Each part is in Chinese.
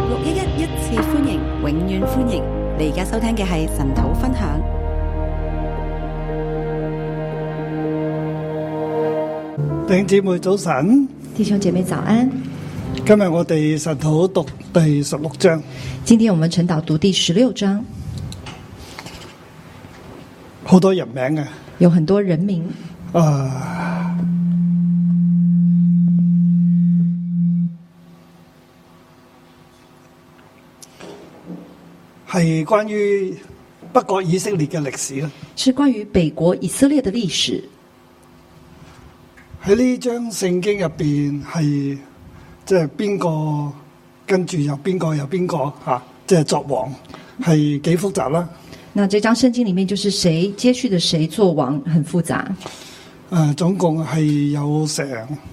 611一次歡迎，永遠歡迎！你而家收聽嘅係神土分享。 弟兄姊妹早晨， 弟兄姐妹早安。 今日我哋神土讀第16章。 今天我們晨禱讀第16章， 好多人名啊， 有很多人名。 係關於北國以色列嘅歷史啦， 是關於北國以色列的歷史。 喺呢章聖經入邊係即係邊個跟住有邊個吓，即係作王，係幾複雜啦。 那這章聖經裡面就是誰接續的誰做王，很複雜。 總共係有成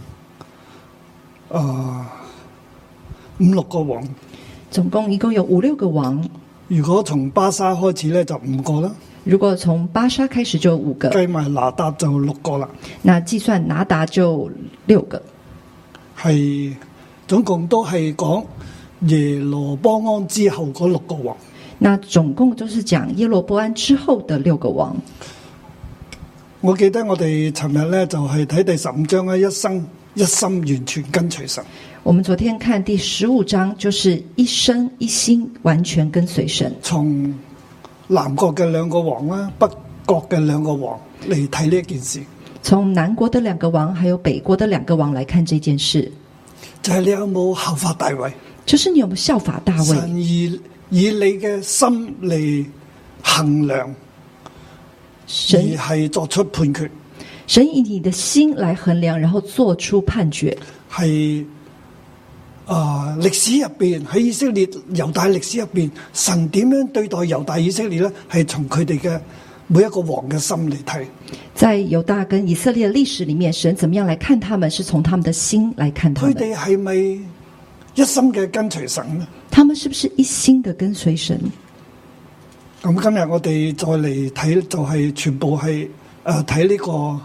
5-6個王， 總共一共有5-6個王。 如果從巴沙開始咧就5個啦， 如果從巴沙開始就有5個， 計埋拿達就6個啦。 那計算拿達就6個， 係總共都係講耶羅波安之後嗰6個王。 那總共就是講耶羅波安之後的6個王。 我記得我哋尋日咧就係睇第15章咧，一生一心完全跟隨神。 我們昨天看第15章，就是一生一心完全跟隨神。從南國嘅2個王啦，北國嘅2個王嚟睇呢一件事。 從南國的2個王，還有北國的2個王來看這件事， 就係你有冇效法大衛？ 就是你有冇效法大衛？ 神以你嘅心嚟衡量，而係作出判決。 神以你的心來衡量，然後做出判決。 係歷史入邊，喺以色列猶大歷史入邊，神點樣對待猶大以色列呢？係從佢哋嘅每一個王嘅心嚟睇。 在猶大跟以色列歷史裡面，神怎麼樣來看他們？是從他們的心來看他們。 佢哋係咪一心嘅跟隨神呢？ 他們是不是一心的跟隨神？ 咁今日我哋再嚟睇，就係全部係睇呢個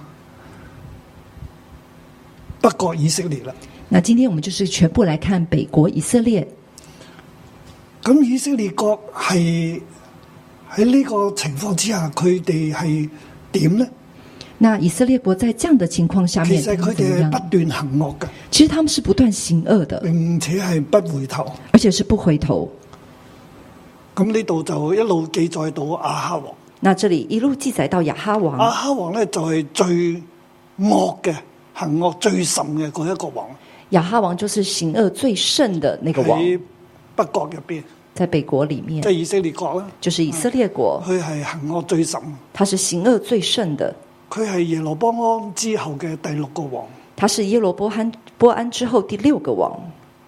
北國以色列啦。 那今天我們就是全部來看北國以色列。 咁以色列國係喺呢個情況之下，佢哋係點呢？ 那以色列國在這樣的情況下面， 其實佢哋係不斷行惡嘅。 其實他們是不斷行惡的， 並且係不回頭， 而且是不回頭。 咁呢度就一路記載到亞哈王。 那這裡一路記載到亞哈王。 亞哈王呢，就係最惡嘅，行惡最甚嘅嗰一個王。 亞哈王就是行惡最甚的那個王。 喺北國入邊， 在北國裡面， 即係以色列國啦， 就是以色列國。 佢係行惡最甚， 他是行惡最甚的。 佢係耶羅波安之後嘅第6個王。 他是耶羅波安之後第6個王。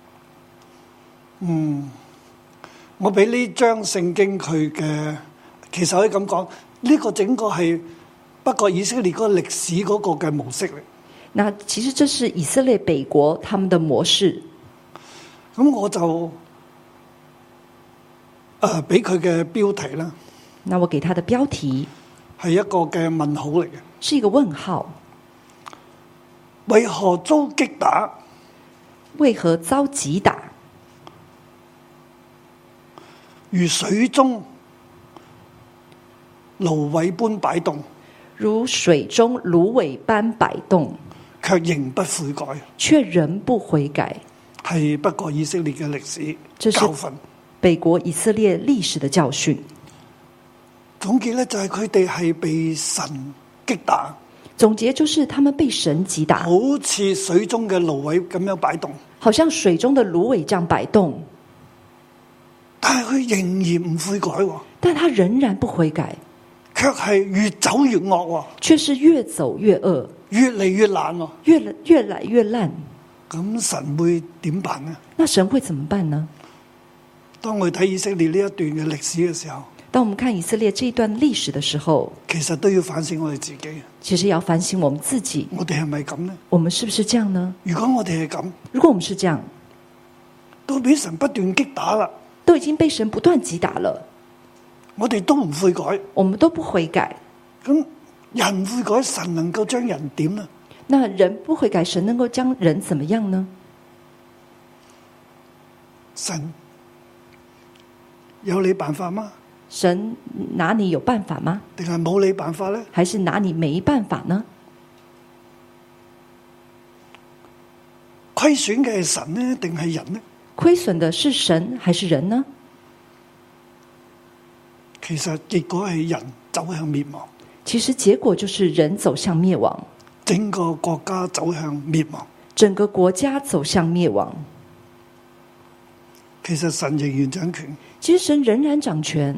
我俾呢張聖經佢嘅，其實可以咁講，呢個整個係北國以色列嗰個歷史嗰個嘅模式嚟。 那其實這是以色列北國他們的模式。 咁我就俾佢嘅標題啦。 那我給他的標題係一個嘅問號嚟嘅， 是一個問號。 為何遭擊打？ 為何遭擊打？ 如水中蘆葦般擺動， 如水中蘆葦般擺動， 卻仍不悔改， 卻仍不悔改， 係北國以色列嘅歷史教訓。 北國以色列歷史的教訓。 總結呢，就係佢哋係被神擊打。 總結就是他們被神擊打， 好似水中嘅蘆葦咁樣擺動， 好像水中的蘆葦這樣擺動。 但係佢仍然唔悔改， 但他仍然不悔改， 卻係越走越惡， 卻是越走越惡， 越嚟越爛， 越來越爛。 咁神會點辦呢？ 那神會怎麼辦呢？ 當我哋睇以色列呢一段嘅歷史嘅時候， 當我們看以色列這一段歷史的時候， 其實都要反省我哋自己。 其實要反省我們自己， 我哋係咪咁呢？ 我們是不是這樣呢？ 如果我哋係咁， 如果我們是這樣， 都俾神不斷擊打啦， 都已經被神不斷擊打了， 我哋都唔悔改， 我們都不悔改。 咁人悔改，神能夠將人點呢？ 那人不悔改，神能夠將人怎麼樣呢？ 神有你辦法嗎？ 神拿你有辦法嗎？ 定係冇你辦法呢？ 還是拿你沒辦法呢？ 虧損嘅係神呢，定係人呢？ 虧損的是神還是人呢？ 其實結果係人走向滅亡， 其實結果就是人走向滅亡， 整個國家走向滅亡， 整個國家走向滅亡。 其實神仍然掌權， 其實神仍然掌權，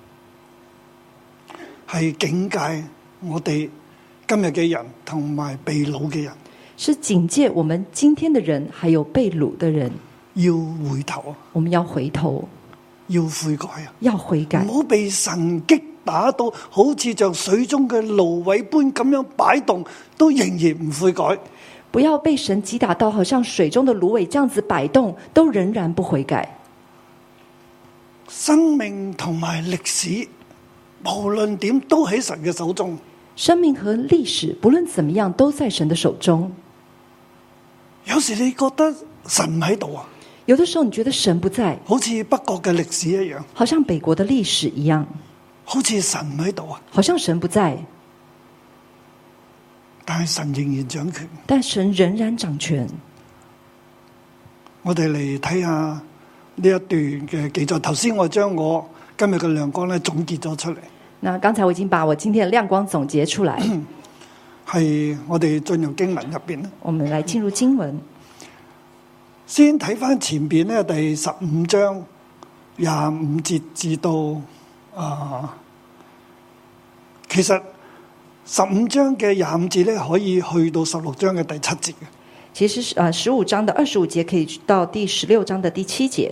係警戒我哋今日嘅人同埋被擄嘅人， 是警戒我們今天的人還有被擄的人， 要回頭， 我們要回頭， 要悔改啊！ 要悔改， 唔好被神擊打到好似像水中嘅蘆葦般咁樣擺動，都仍然唔悔改。 不要被神擊打到好像水中的蘆葦這樣子擺動，都仍然不悔改。 生命同埋歷史，無論點都喺神嘅手中。 生命和歷史不論怎麼樣都在神的手中。 有時你覺得神唔喺度啊， 有的時候你覺得神不在， 好似北國嘅歷史一樣， 好像北國的歷史一樣， 好似神唔喺度啊， 好像神不在， 但係神仍然掌權。 但神仍然掌權。 我哋嚟睇下呢一段嘅記載。頭先我將我今日嘅亮光咧總結咗出嚟。 那剛才我已經把我今天的亮光總結出來， 係我哋進入經文入邊咧。 我們來進入經文， 先睇翻前邊咧第15章25節至到其實15章嘅25節咧可以去到16章嘅第7節嘅。 其實15章的25節可以到第16章的第7節。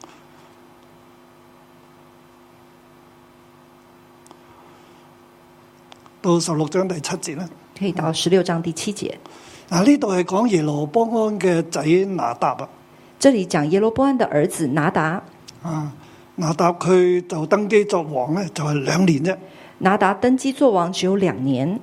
到16章第7節咧， 可以到16章第7節。 嗱，呢度係講耶羅波安嘅仔拿答啊。 這裡講耶羅波安的兒子拿答。 拿答佢就登基作王咧，就係2年啫。 拿答登基作王只有2年。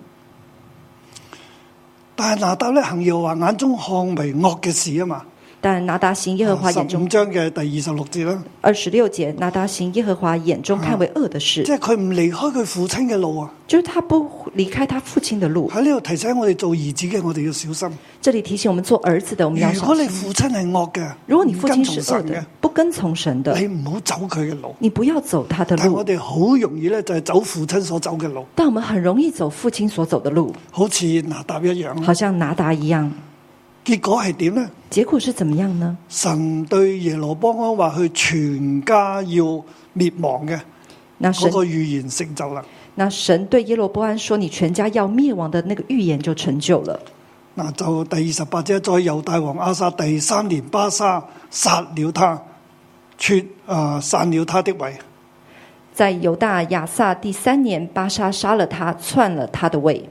但係拿答咧行耶和華眼中看為惡嘅事啊嘛。 但拿答行耶和華眼中 15章嘅第26節啦。 26節，拿答行耶和華眼中看為惡的事。 即係佢唔離開佢父親嘅路啊。 就是他不離開他父親的路。 喺呢度提醒我哋做兒子嘅，我哋要小心。 這裡提醒我們做兒子的，我們要小心。 如果你父親係惡嘅， 如果你父親是惡的，不跟從神的， 你唔好走佢嘅路。 你不要走他的路。 但係我哋好容易咧，就係走父親所走嘅路。 但我們很容易走父親所走的路， 好似拿答一樣。 好像拿答一樣。 結果係點呢？ 結果是怎麼樣呢？ 神對耶羅波安話佢全家要滅亡嘅，嗰個預言成就啦。 那神對耶羅波安說：你全家要滅亡的那個預言就成就了。 嗱，就第28節，在猶大王亞撒第3年，巴沙殺了他，篡了他的位。 在猶大亞撒第3年，巴沙殺了他，篡了他的位。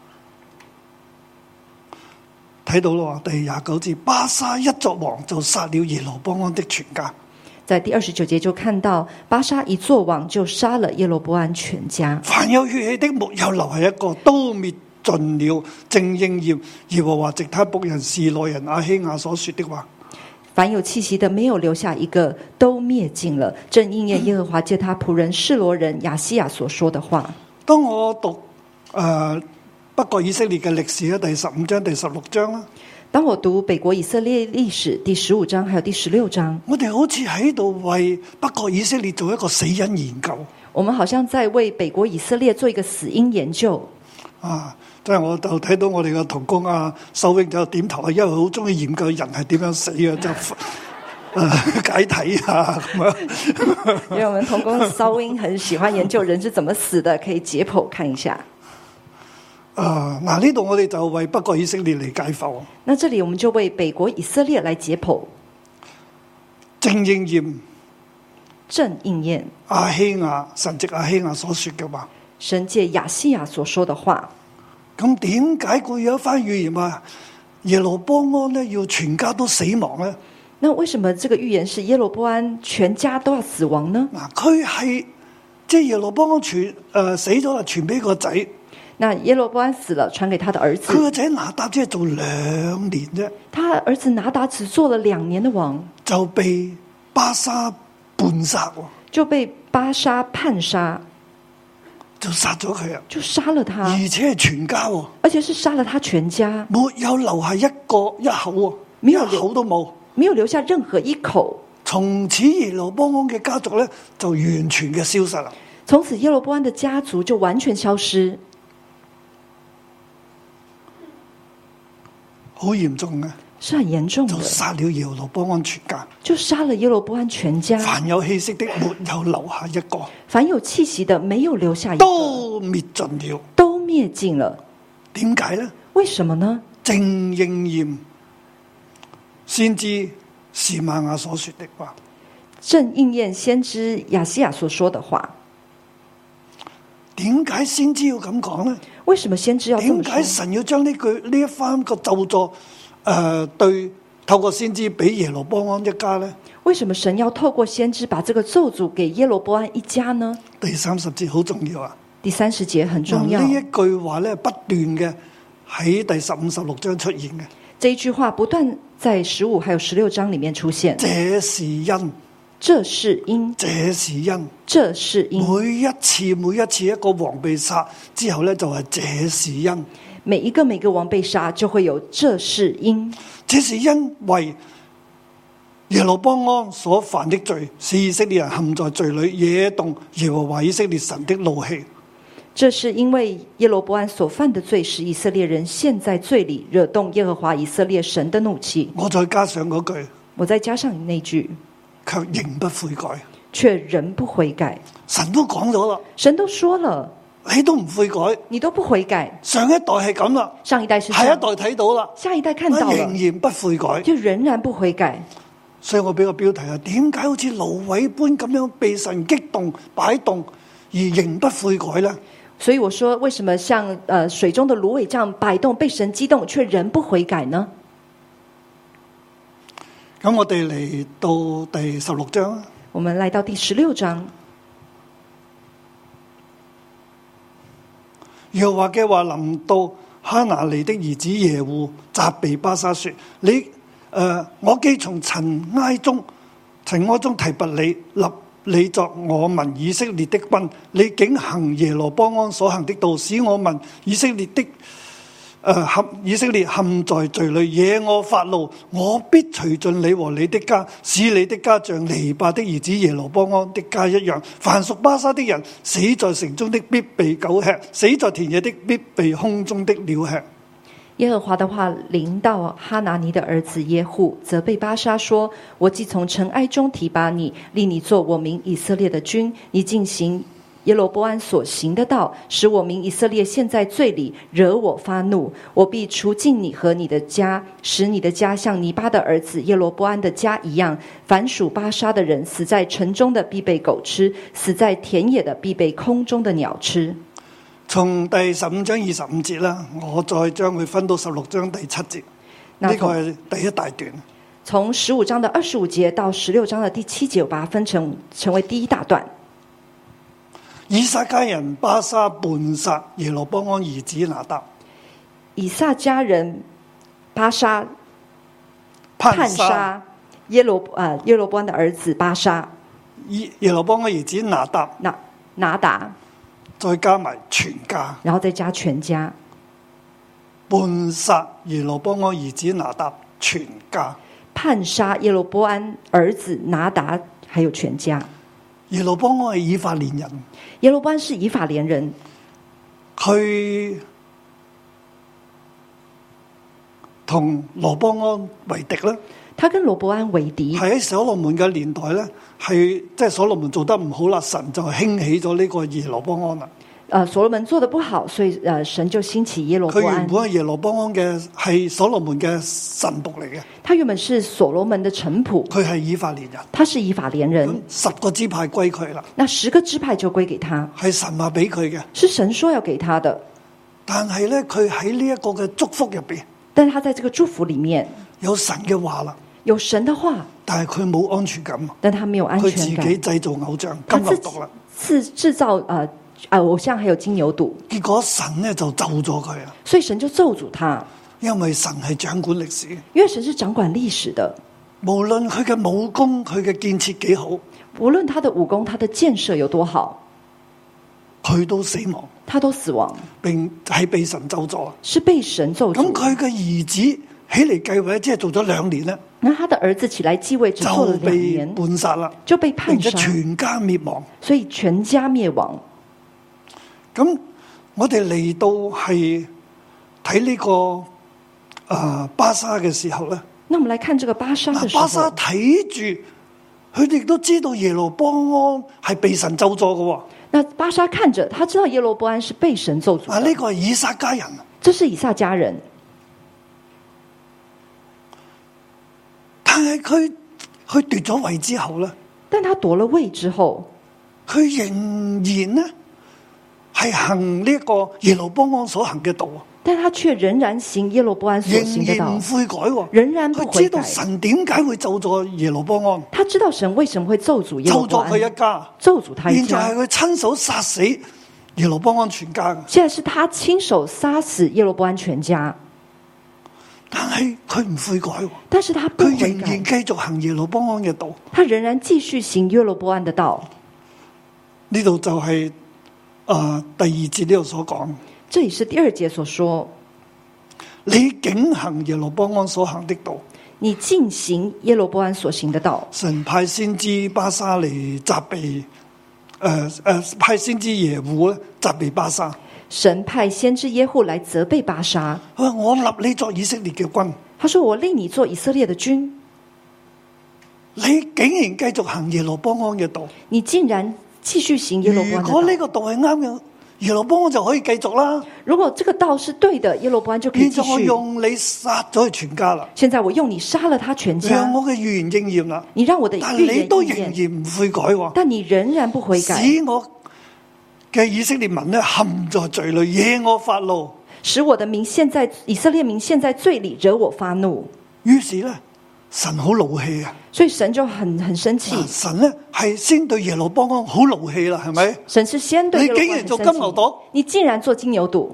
睇到咯，第29節，巴沙一作王就殺了耶羅波安的全家。 在第29節就看到巴沙一作王就殺了耶羅波安全家。 凡有血氣的沒有留下一個，都滅盡了，正應驗耶和華藉他僕人示羅人亞希亞所說的話。 凡有氣息的沒有留下一個，都滅盡了，正應驗耶和華借他僕人示羅人亞希亞所說的話。 當我讀北國以色列嘅歷史咧，第15章、第16章啦。 當我讀北國以色列歷史第15章，還有第16章， 我哋好似喺度為北國以色列做一個死因研究。 我們好像在為北國以色列做一個死因研究。 即係我就睇到我哋嘅同工秀英就點頭啊，因為好中意研究人係點樣死嘅，就解體啊咁樣。 因為我們同工秀英很喜歡研究人是怎麼死的，可以解剖看一下。 嗱，呢度我哋就為北國以色列嚟解剖。 那這裡我們就為北國以色列來解剖。 正應驗， 正應驗亞希亞神藉亞希亞所說嘅話， 神借亞希亞所說的話。 咁點解佢有一番預言話耶羅波安呢要全家都死亡呢？ 那為什麼這個預言是耶羅波安全家都要死亡呢？ 嗱，佢係即係耶羅波安死咗啦，傳俾個仔。 那耶羅波安死了，傳給他的兒子。 佢個仔拿答只係做2年啫， 他兒子拿答只做了2年的王， 就被巴沙叛殺， 就被巴沙叛殺， 就殺咗佢啊！ 就殺了他， 而且係全家喎， 而且是殺了他全家， 沒有留下一口喎， 沒有一口都冇。 沒有留下任何一口。 從此耶羅波安嘅家族咧就完全嘅消失啦。 從此耶羅波安的家族就完全消失， 好嚴重嘅， 是很嚴重的。 就殺了耶羅波安全家， 就殺了耶羅波安全家。 凡有氣息的沒有留下一個， 凡有氣息的沒有留下一個， 都滅盡了。 都滅盡了。 點解呢？ 為什麼呢？ 正應驗先知示瑪雅所說的話， 正應驗先知亞西亞所說的話。 點解先知要咁講呢？ 為什麼先知要這麼說？ 點解神要將呢一番個咒詛對透過先知俾耶羅波安一家呢？ 為什麼神要透過先知把這個咒詛給耶羅波安一家呢？ 第30節好重要啊！ 第30節很重要。 呢一句話咧，不斷嘅喺第15、16章出現嘅。 這一句話不斷在15還有16章裡面出現。 這是因， 這是因， 這是因， 這是因。 每一次一個王被殺之後咧，就係這是因。 每一個王被殺，就會有這是因。 這是因為耶羅波安所犯的罪，使以色列人陷在罪裏，惹動耶和華以色列神的怒氣。 這是因為耶羅波安所犯的罪，使以色列人陷在罪裏，惹動耶和華以色列神的怒氣。 我再加上嗰句， 我再加上那句， 卻仍不悔改， 卻仍不悔改。 神都講咗啦， 神都說了， 你都唔悔改， 你都不悔改。 上一代係咁啦， 上一代是這樣， 下一代睇到啦， 下一代看到了， 仍然不悔改， 就仍然不悔改。 所以我俾個標題啊，點解好似蘆葦般咁樣被神激動擺動，而仍不悔改呢？ 所以我說，為什麼像水中的蘆葦這樣擺動，被神激動，卻仍不悔改呢？ 咁我哋嚟到第16章， 我們來到第16章。 耶和華嘅話臨到哈拿尼的兒子耶戶，責備巴沙說：我既從塵埃中提拔你，立你作我民以色列的君，你竟行耶羅波安所行的道，使我民以色列陷在罪裏，惹我發怒，我必除盡你和你的家，使你的家像尼伯的兒子耶羅波安的家一樣。凡屬巴沙的人，死在城中的必被狗吃，死在田野的必被空中的鳥吃。 耶和華的話臨到哈拿尼的兒子耶戶，責備巴沙說：我既從塵埃中提拔你，立你做我民以色列的君，你竟行耶羅波安所行的道，使我民以色列陷在罪裏，惹我發怒。我必除盡你和你的家，使你的家像尼巴的兒子耶羅波安的家一樣。凡屬巴沙的人，死在城中的必被狗吃，死在田野的必被空中的鳥吃。 從第15章25節啦，我再將佢分到16章第7節，呢個係第一大段。 從15章的25節到16章的第7節，我把它分成為第一大段。 以撒家人巴沙叛殺耶羅波安兒子拿答。 以撒家人巴沙叛殺耶羅波安的兒子巴沙。 耶羅波安兒子拿答。再加埋全家， 然後再加全家， 叛殺耶羅波安兒子拿答全家， 叛殺耶羅波安兒子拿答還有全家。 耶羅波安係以法蓮人， 耶羅波安是以法蓮人， 佢同羅波安為敵啦。 他跟羅波安為敵， 喺所羅門嘅年代咧，係即係所羅門做得唔好啦，神就興起咗呢個耶羅波安啦。 所羅門做得不好，所以神就興起耶羅波安。 佢原本係耶羅波安嘅係所羅門嘅臣僕嚟嘅。 他原本是所羅門的臣僕， 佢係以法蓮人， 他是以法蓮人。 10個支派歸佢啦， 那10個支派就歸給他， 係神話俾佢嘅， 是神說要給他的。 但係咧，佢喺呢一個嘅祝福入邊， 但他在這個祝福裡面有神嘅話啦， 有神的話， 但係佢冇安全感， 但他沒有安全感， 佢自己製造偶像金牛犢啦， 製造偶像還有金牛犢， 結果神呢就咒咗佢啊， 所以神就咒詛他， 因為神係掌管歷史， 因為神是掌管歷史的， 無論佢嘅武功、佢嘅建設幾好， 無論他的武功、他的建設有多好， 佢都死亡， 他都死亡， 並係被神咒詛。 是被神咒詛。 咁佢嘅兒子起嚟繼位，即係做咗2年咧， 那他的兒子起來繼位只做了2 就被年， 叛殺啦， 就被叛並且殺， 全家滅亡。 所以全家滅亡。 咁我哋嚟到係睇呢個巴沙嘅時候咧， 那我們來看這個巴沙的時巴沙候， 睇住佢哋都知道耶羅波安係被神咒詛嘅。 那巴沙看着，他知道耶羅波安是被神咒詛的。 呢個係以撒家人， 這是以撒家人。 但係佢奪咗位之後咧， 但他奪了位之後， 佢仍然呢係行呢個耶羅波安所行嘅道， 但他卻仍然行耶羅波安所行的道， 仍然唔悔改， 仍然不佢知道悔改。 神點解會咒詛耶羅波安， 他知道神為什麼會咒詛耶羅波安， 咒詛佢一家， 咒詛他一現在係家。 佢親手殺死耶羅波安全家嘅， 現在是他親手殺死耶羅波安全家， 但係佢唔悔改， 但是他不佢悔改， 仍然繼續行耶羅波安嘅道。 他仍然繼續行耶羅波安的道。 呢度就係第2節呢度所講， 這裡是第2節所說， 你竟行耶羅波安所行的道。 你盡行耶羅波安所行的道。 神派先知巴沙嚟責備，派先知耶戶咧責備巴沙。 神派先知耶戶來責備巴沙， 佢話我立你作以色列嘅君， 他說我立你做以色列的君， 你竟然繼續行耶羅波安嘅道。 你竟然繼續行耶羅波安的如果呢道。 個道係啱嘅，耶羅波安就可以繼續啦。 如果這個道是對的，耶羅波安就可以繼現在我續。 用你殺咗佢全家啦， 現在我用你殺了他全家讓，我嘅預言應驗啦。 你讓我的但預言你都仍應驗， 然唔悔改喎， 但你仍然不悔改， 使我嘅以色列民咧陷在罪裏，惹我發怒。 使我的民現在以色列民陷在罪裏，惹我發怒。 於是咧，神好怒氣啊！ 所以神就很生氣。 神咧係先對耶羅波安好怒氣啦，係咪？ 神是先對耶羅波安你竟然做很生氣金牛犢， 你竟然做金牛犢，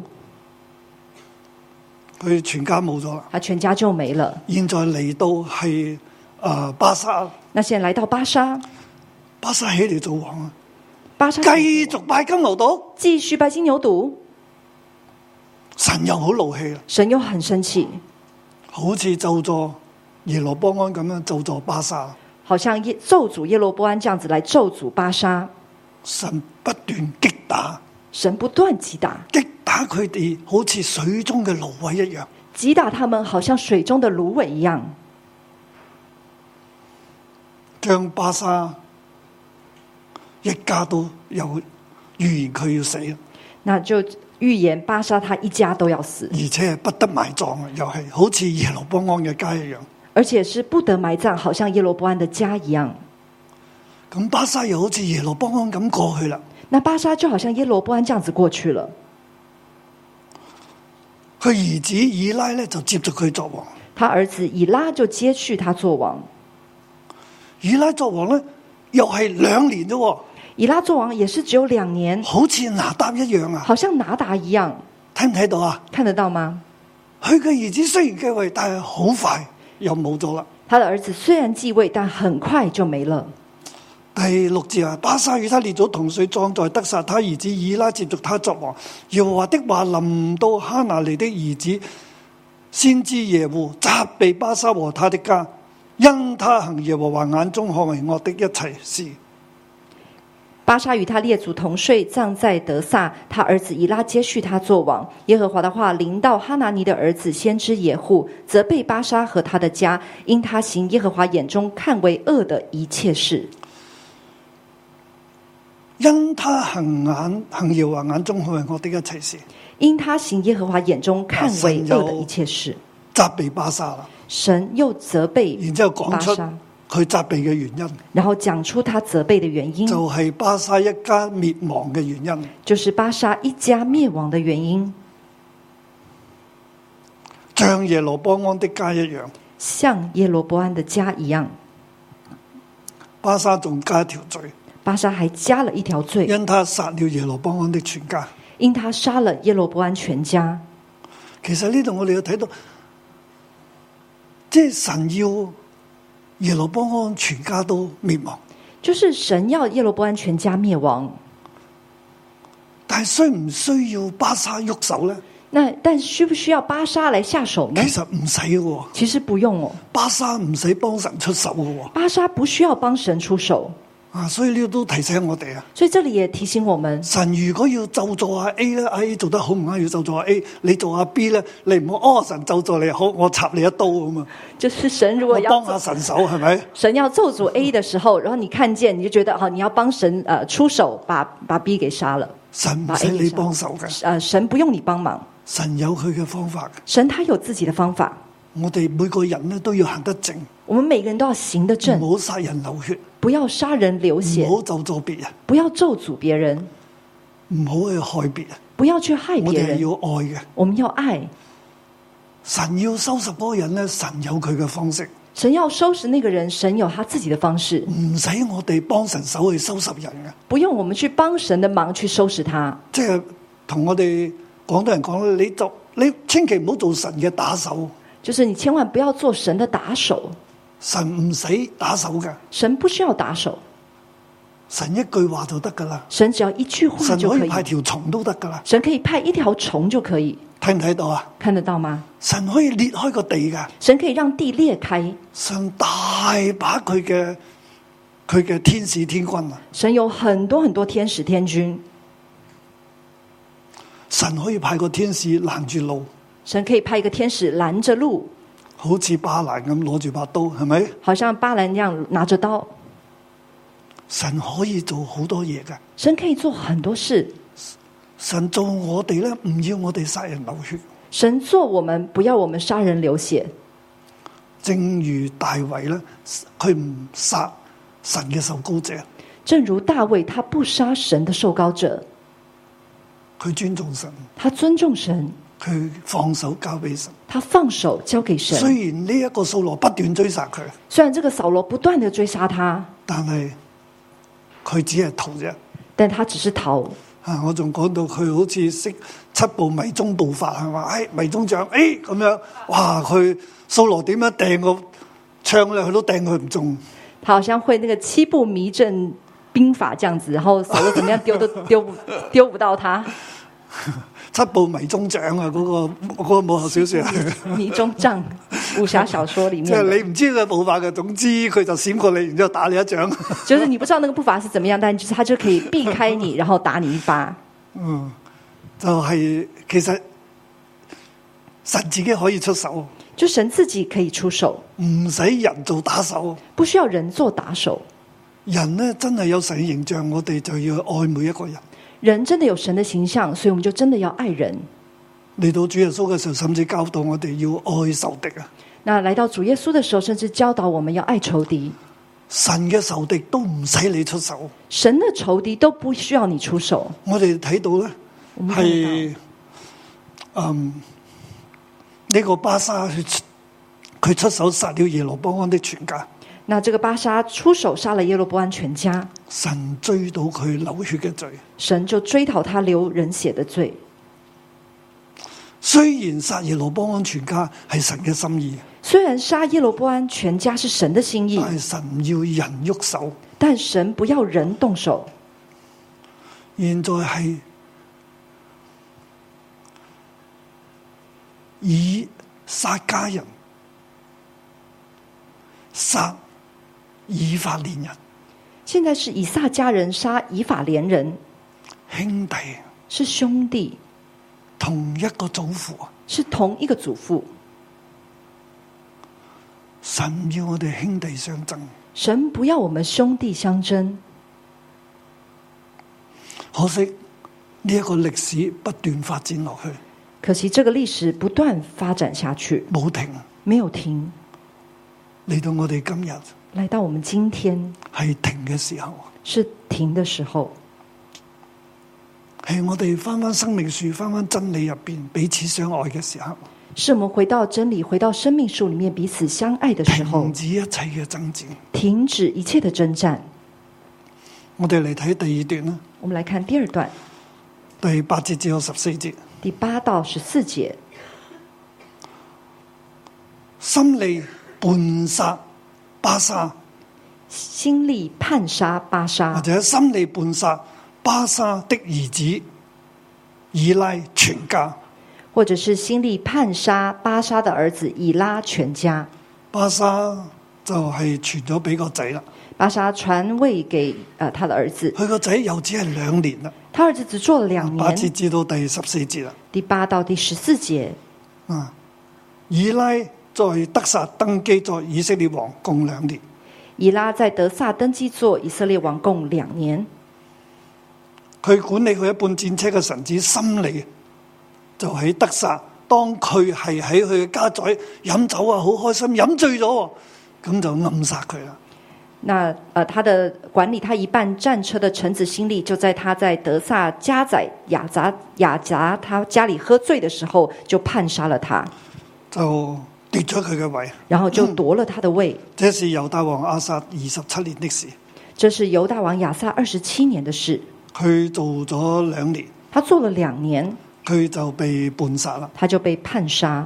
佢全家冇咗啦。 他全家就沒了。 現在嚟到係巴沙， 那現在來到巴沙， 巴沙起嚟做王啊！ 巴沙繼續拜金牛犢， 繼續拜金牛犢， 神又好怒氣啦， 神又很生氣， 好似咒詛耶羅波安咁樣咒詛巴沙。 好像咒詛耶羅波安這樣子來咒詛巴沙。 神不斷擊打， 神不斷擊打， 擊打佢哋好似水中嘅蘆葦一樣， 擊打他們好像水中的蘆葦一樣， 將巴沙一家都有預言佢要死， 那就預言巴沙他一家都要死， 而且係不得埋葬啊！又係好似耶羅波安嘅家一樣。 而且是不得埋葬，好像耶羅波安的家一樣。 咁巴沙又好似耶羅波安咁過去啦。 那巴沙就好像耶羅波安這樣子過去了。 佢兒子以拉咧就接續佢作王。 他兒子以拉就接續他做王。 以拉作王咧又係2年啫。 以拉做王也是只有2年， 好似拿答一樣啊！ 好像拿達一樣。 睇唔睇到啊？ 看得到嗎？ 佢嘅兒子雖然繼位，但係好快又冇咗啦。 他的兒子雖然繼位，但很快就沒了。 第6節啊，巴沙與他列祖同睡，葬在得撒，他兒子以拉接續他作王。耶和華的話臨到哈拿尼的兒子先知耶戶，責備巴沙和他的家，因他行耶和華眼中看為惡的一切事。 巴沙與他列祖同睡，葬在得撒，他兒子以拉接續他作王。耶和華的話臨到哈拿尼的兒子先知耶戶，責備巴沙和他的家，因他行耶和華眼中看為惡的一切事。 因他行耶和華眼中看為惡的一切事， 因他行耶和華眼中看為惡的一切事。 責備巴沙啦， 神又責備， 然之後講出佢責備嘅原因， 然後講出他責備的原因， 就係巴沙一家滅亡嘅原因， 就是巴沙一家滅亡的原因， 像耶羅波安的家一樣， 像耶羅波安的家一樣。 巴沙仲加一條罪， 巴沙還加了一條罪， 因他殺了耶羅波安的全家。 因他殺了耶羅波安全家。 其實呢度我哋要睇到，即係神要耶羅波安全家都滅亡。 就是神要耶羅波安全家滅亡。 但係需唔需要巴沙喐手呢？ 但需不需要巴沙來下手呢？ 其實唔使喎， 其實不用哦。 巴沙唔使幫神出手嘅喎。 巴沙不需要幫神出手啊，所以呢個都提醒我哋啊。 所以這裡也提醒我們， 神如果要咒詛阿 A 咧，阿 A 做得好唔啱，要咒詛阿 A， 你做阿 B 咧，你唔好神咒詛你好，我插你一刀咁啊。就是神如果要幫下神手，係咪？ 神要咒詛 A 的時候，然後你看見，你就覺得好，你要幫神出手把 B 給殺了。 神唔使你幫手嘅， 神不用你幫忙。 神有佢嘅方法， 神他有自己的方法。 我哋每個人咧都要行得正， 我們每個人都要行得正， 唔好殺人流血， 不要殺人流血， 唔好咒詛別人， 不要咒詛別人， 唔好去害別人， 不要去害別人。 我哋係要愛嘅， 我們要愛。 神要收拾嗰個人咧，神有佢嘅方式。 神要收拾那個人，神有他自己的方式， 唔使我哋幫神手去收拾人嘅， 不用我們去幫神的忙去收拾他。 即係同我哋廣東人講，你千祈唔好做神嘅打手， 就是你千萬不要做神的打手。 神唔使打手嘅， 神不需要打手， 神一句話就得噶啦。 神只要一句話就可以， 神可以派條蟲都得噶啦。 神可以派一條蟲就可以。 睇唔睇到啊？ 看得到嗎？ 神可以裂開個地噶， 神可以讓地裂開。 神大把佢嘅天使天軍啊！ 神有很多很多天使天軍。 神可以派個天使攔住路， 神可以派一個天使攔着路， 好似巴蘭咁攞住把刀，係咪？ 好像巴蘭一樣拿着刀。 神可以做好多嘢㗎， 神可以做很多事。 神做我哋咧，唔要我哋殺人流血。 神做我們，不要我們殺人流血。 正如大衛咧，佢唔殺神嘅受膏者。 正如大衛，他不殺神的受膏者。 佢尊重神， 他尊重神， 佢放手交俾神， 他放手交給神。 雖然呢一個掃羅不斷追殺佢， 雖然這個掃羅不斷地追殺他， 但係佢只係逃啫。 但他只是逃。 啊！我仲講到佢好似識7步迷蹤步法係嘛？迷蹤杖咁樣，哇！佢掃羅點樣掟個槍咧，佢都掟佢唔中。 他好像會那個7步迷陣兵法這樣子，然後掃羅怎麼樣丟都丟不到他。 7步迷蹤杖啊！嗰個武俠小說迷蹤杖，武俠小說裏面。 即係你唔知佢步法嘅，總之佢就閃過你，然之後打你一掌。 就是你不知道那個步伐是怎麼樣，但就是他就可以避開你，然後打你一巴。 就係其實神自己可以出手， 就神自己可以出手， 唔使人做打手， 不需要人做打手。 人呢真係有神嘅形象，我哋就要愛每一個人。 人真的有神的形象，所以我們就真的要愛人。 嚟到主耶穌嘅時候，甚至教導我哋要愛仇敵啊！ 那來到主耶穌的時候，甚至教導我們要愛仇敵。 神嘅仇敵都唔使你出手， 神的仇敵都不需要你出手。 我哋睇到咧係呢個巴沙佢出手殺了耶羅波安的全家。 那這個巴沙出手殺了耶羅波安全家， 神追到佢流血嘅罪， 神就追討他流人血的罪。 雖然殺耶羅波安全家係神嘅心意， 雖然殺耶羅波安全家是神的心意， 但係神唔要人喐手， 但神不要人動手。 現在係以撒家人殺以法蓮人， 現在是以撒家人殺以法蓮人， 兄弟是兄弟， 同一個祖父， 是同一個祖父。 神要我哋兄弟相爭， 神不要我們兄弟相爭。 可惜呢一個歷史不斷發展落去， 可惜這個歷史不斷發展下去， 冇停， 沒有停。 嚟到我哋今日， 來到我們今天係停嘅時候， 是停的時候， 係我哋翻翻生命樹、翻翻真理入邊彼此相愛嘅時候， 是我們回到真理、回到生命樹裏面彼此相愛的時候， 停止一切嘅爭戰， 停止一切的征戰。 我哋嚟睇第二段啦。 我們來看第二段， 第8節至到14節， 第8到14節。 心利叛殺巴沙， 心力叛殺巴或沙， 者心理叛殺巴沙的兒子以拉全家。 或者是心力叛殺巴沙的兒子以拉全家。 巴沙就係傳咗俾個仔啦， 巴沙傳位給他的兒子， 佢個仔又只係2年啦， 他兒子只做了2 8節年。 至到第14節啦。 第8到第14節， 以拉在得撒登基作以色列王共2年， 以拉在得撒登基做以色列王共2年。 佢管理佢一半戰車嘅臣子心利，就喺得撒。當佢係喺佢嘅家宅飲酒啊，好開心，飲醉咗，咁就暗殺佢啦。 那他的管理他一半戰車的臣子心利，就在他在得撒家宰雅雜他家裏喝醉的時候，就叛殺了他， 就奪咗佢嘅位， 然後就奪了他的位。 這是猶大王亞撒27年的事。 這是猶大王亞撒27年的事。 佢做咗2年， 他做了2年， 佢就被叛殺啦。 他就被叛殺。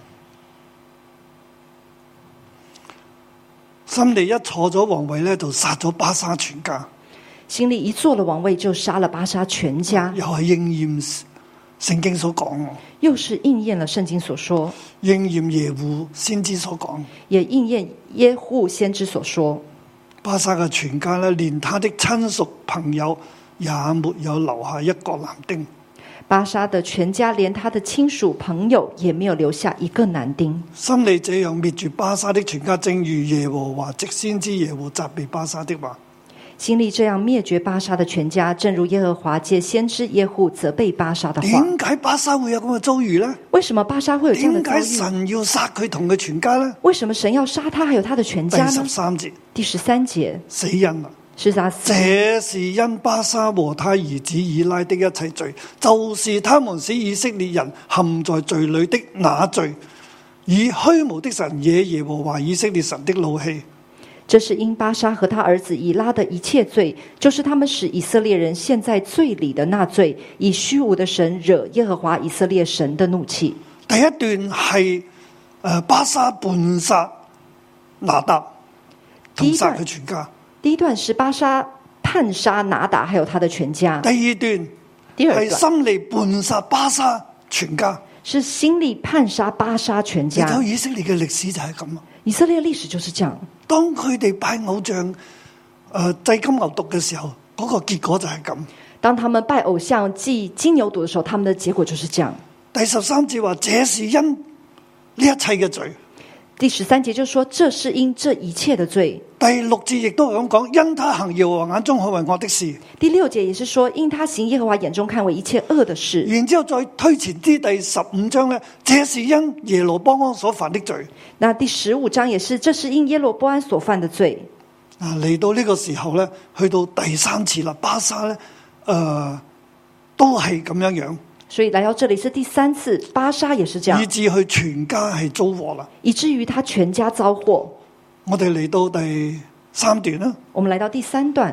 心利一坐咗皇位咧，就殺咗巴沙全家。 心利一做了王位，就殺了巴沙全家。 又係應驗聖經所講， 又是應驗了聖經所說， 應驗耶戶先知所講， 也應驗耶戶先知所說。 巴沙嘅全家咧，連他的親屬朋友也沒有留下一個男丁。 巴沙的全家連他的親屬朋友也沒有留下一個男丁。 心利這樣滅絕巴沙的全家，正如耶和華藉先知耶戶責備巴沙的話。 心利這樣滅絕巴沙的全家，正如耶和華借先知耶戶責備巴沙的話。 點解巴沙會有咁嘅遭遇呢？ 為什麼巴沙會有這樣的遭遇？ 點解神要殺佢同佢全家呢？ 為什麼神要殺他還有他的全家呢？ 第13節， 第13節， 死因啦。 是他死。 這是因巴沙和他兒子以拉的一切罪，就是他們使以色列人陷在罪裏的那罪，以虛無的神惹耶和華以色列神的怒氣。 這是因巴沙和他兒子以拉的一切罪，就是他們使以色列人陷在罪裏的那罪，以虛無的神惹耶和華以色列神的怒氣。 第一段係巴沙叛殺拿答，同殺佢全家。 第一段是巴沙叛殺拿答，還有他的全家。 第二段係心利叛殺巴沙全家， 是心利叛殺巴沙全家。 你睇以色列嘅歷史就係咁啊！ 以色列歷史就是這樣。 當佢哋拜偶像、祭金牛犢嘅時候，嗰個結果就係咁。 當他們拜偶像、祭金牛犢嘅時候，他們的結果就是這樣。 第13節話，這是因呢一切嘅罪。 第13節就說，這是因這一切的罪。 第6節亦都係咁講，因他行耶和華眼中看為惡的事。 第6節也是說，因他行耶和華眼中看為一切惡的事。 然之後再推前啲第15章呢，這是因耶羅波安所犯的罪。 那第15章也是，這是因耶羅波安所犯的罪。 嚟到呢個時候呢，去到第3次啦，巴沙呢，都係咁樣樣。 所以來到這裡是第3次，巴沙也是這樣， 以致佢全家係遭禍啦， 以至於他全家遭禍。 我哋嚟到第3段啦， 我們來到第3段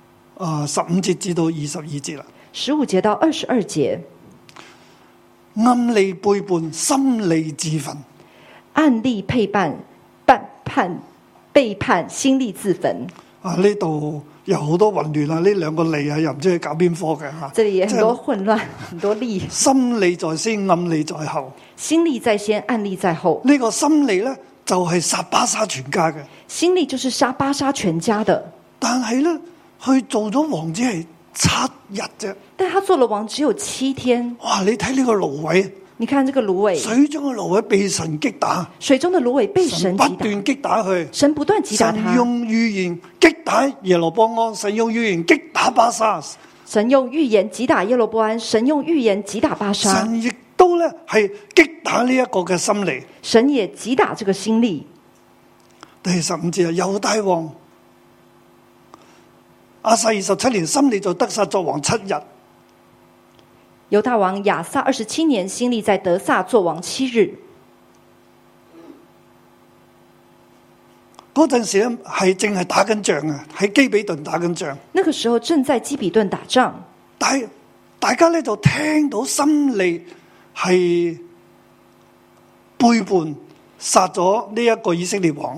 ，15節至到22節啦 ，15節到22節， 暗利背叛，心利自焚， 暗利背叛，背叛，心利自焚。 呢度有好多混亂啊！呢兩個利啊，又唔知佢搞邊科嘅吓。 這裡也很多混亂，很多利。 心利在先，暗利在後。 心利在先，暗利在後。 呢個心利咧，就係殺巴沙全家嘅。 心利就是殺巴沙全家的。 但係咧，佢做咗王只係7日啫。 但他做了王只有7天。 哇！你睇呢個蘆葦， 你看這個蘆葦， 水中嘅蘆葦被神擊打， 水中的蘆葦被神不斷擊打佢， 神不斷擊打他。 神用預言擊打耶羅波安，神用預言擊打巴沙。 神用預言擊打耶羅波安，神用預言擊打巴沙。 神亦都咧係擊打呢一個嘅心利， 神也擊打這個心利。 第15節啊，猶大王亞撒27年，心利在得撒作王7日。 猶大王亞撒27年，心利在得撒作王7日。 嗰陣時咧係正係打緊仗啊，喺基比頓打緊仗。 那個時候正在基比頓打仗， 但係大家咧就聽到心利係背叛殺咗呢一個以色列王啦。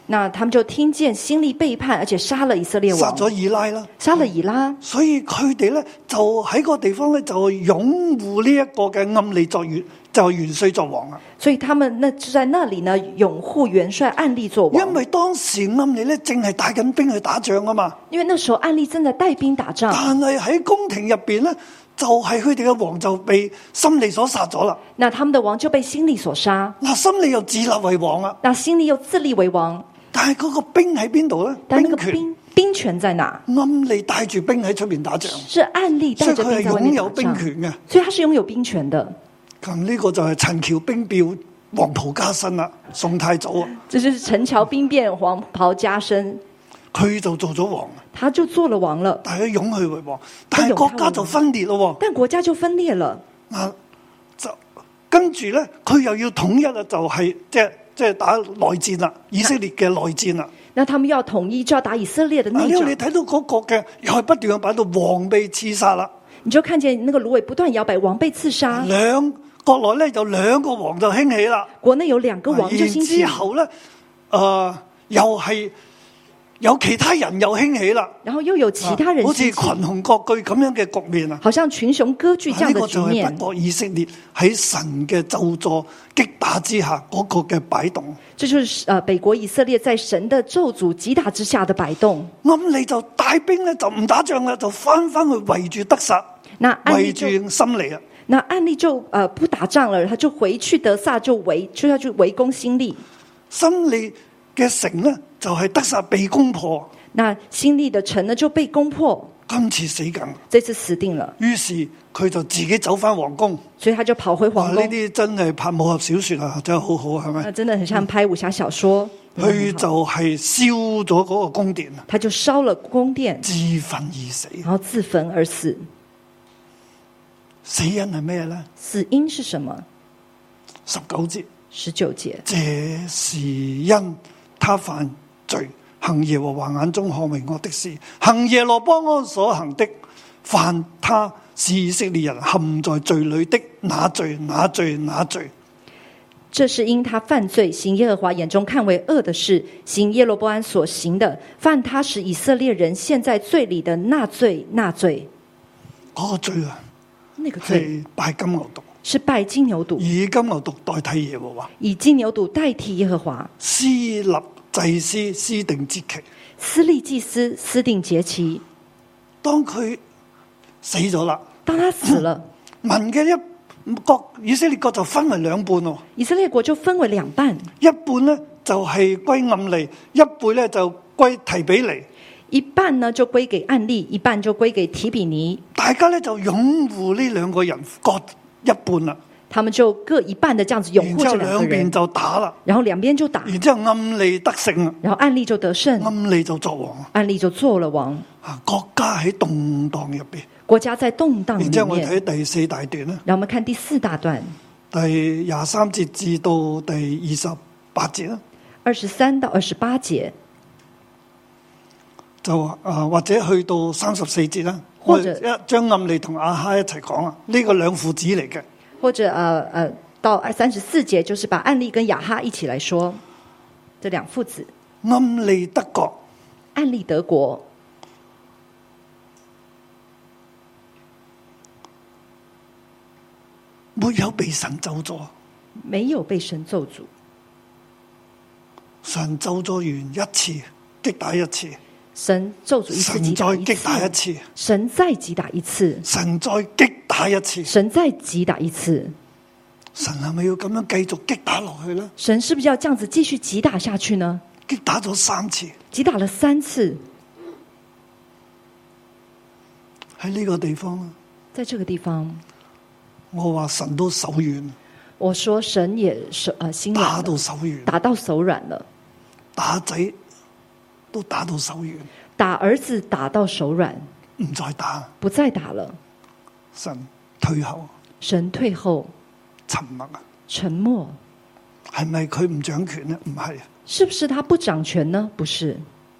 那他們就聽見新利背叛，而且殺了以色列王， 殺咗以拉啦， 殺了以拉。 所以佢哋咧就喺個地方咧就擁護呢一個嘅暗利作元，就元帥作王啊。 所以他們就在那裡呢擁護元帥暗利作王。 因為當時暗利咧正係帶緊兵去打仗啊嘛。 因為那時候暗利正在帶兵打仗， 但係喺宮廷入邊咧，就係佢哋嘅王就被心利所殺咗啦。 那他們的王就被新利所殺。 嗱，心利又自立為王啊。 那新利又自立為王， 但係嗰個兵喺邊度咧？ 但那個兵兵權在哪？ 暗利帶住兵喺出邊打仗， 是暗利帶着兵在外面打仗， 所以佢係擁有兵權嘅。 所以他是擁有兵權的。 咁呢個就係陳橋兵變黃袍加身啦，宋太祖啊， 這就是陳橋兵變黃袍加身， 佢就做咗王， 他就做了王了。 大家擁佢為王，但係國家就分裂咯。 但國家就分裂了。 嗱，就跟住咧，佢又要統一啦，就係即係打內戰啦，以色列嘅內戰啦。 那他們要統一，就要打以色列的內戰。 你睇到嗰個嘅又係不斷咁擺到王被刺殺啦， 你就看見那個蘆葦不斷搖擺，王被刺殺。 國內咧有兩個王就興起啦， 國內有兩個王就興起。 之後咧，又係有其他人又興起啦， 然後又有其他人興起， 好似群雄割據咁樣嘅局面啊， 好像群雄割據這樣的局面。 呢個就係北國以色列喺神嘅咒詛擊打之下嗰個嘅擺動。 這就是北國以色列在神的咒詛擊打之下的擺動。 暗利就帶兵咧就唔打仗啦，就翻去圍住得撒，圍住心利啊。 那暗利就不打仗了，他就回去得撒，就要去圍攻新利。 心利嘅城呢，就係得撒被攻破。 那新利的城呢就被攻破， 今次死梗， 這次死定了。 於是佢就自己走翻皇宮， 所以他就跑回皇宮。 呢啲真係拍武俠小說啊，真係好好，係咪？ 真的很像拍武俠小說。 佢就係燒咗嗰個宮殿， 他就燒了宮殿， 自焚而死， 然後自焚而死。 死因係咩呢？ 死因是什麼 ？19節 ，19節， 這是因他犯罪，行耶和華眼中看為惡的事，行耶羅波安所行的，犯他使以色列人陷在罪裏的那罪，那罪，那罪。 這是因他犯罪，行耶和華眼中看為惡的事，行耶羅波安所行的，犯他使以色列人陷在罪裏的那罪，那罪。 嗰個罪啊！ 那個罪係拜金牛犢， 是拜金牛犢， 以金牛犢代替耶和華， 以金牛犢代替耶和華， 私立祭司，私定節期， 私立祭司，私定節期。當佢死咗啦， 當他死了， 民嘅一國以色列國就分為兩半咯， 以色列國就分為兩半， 一半呢就係歸暗利，一半呢就歸提比尼。 一半呢就歸給暗利，一半就歸給提比尼。 大家呢就擁護呢兩個人各一半啦。 他們就各一半的這樣子擁護這兩個人。然後兩邊就打啦。 然後兩邊就打。 然之後暗利得勝啦。 然後暗利就得勝。 暗利就作王。 暗利就做了王。 國家喺動盪入邊。 國家在動盪裡面。 然之後我睇第4大段啦。 然後我們看第4大段， 第23節至到第28節啦。 23到28節。 就或者去到34節啦，或者將暗利同亞哈一齊講啊，呢個兩父子嚟嘅。 或者到34節，就是把暗利跟亞哈一起來說，這兩父子。 暗利得國， 暗利得國， 沒有被神咒詛， 沒有被神咒詛， 神咒詛完一次，擊打一次。 神咒詛一次， 神再擊打一次， 神再擊打一次， 神再擊打一次， 神再擊打一次。 神係咪要咁樣繼續擊打落去呢？ 神是不是要這樣子繼續擊打下去呢？ 擊打咗3次， 擊打了3次。 喺呢個地方， 在這個地方， 我話神都手軟。 我說神也心軟， 打到手軟， 打到手軟了， 打仔都打到手軟， 打兒子打到手軟， 唔再打， 不再打了。 神退後， 神退後， 沉默啊， 沉默。 係咪佢唔掌權呢？唔係， 是不是他不掌權呢？不是，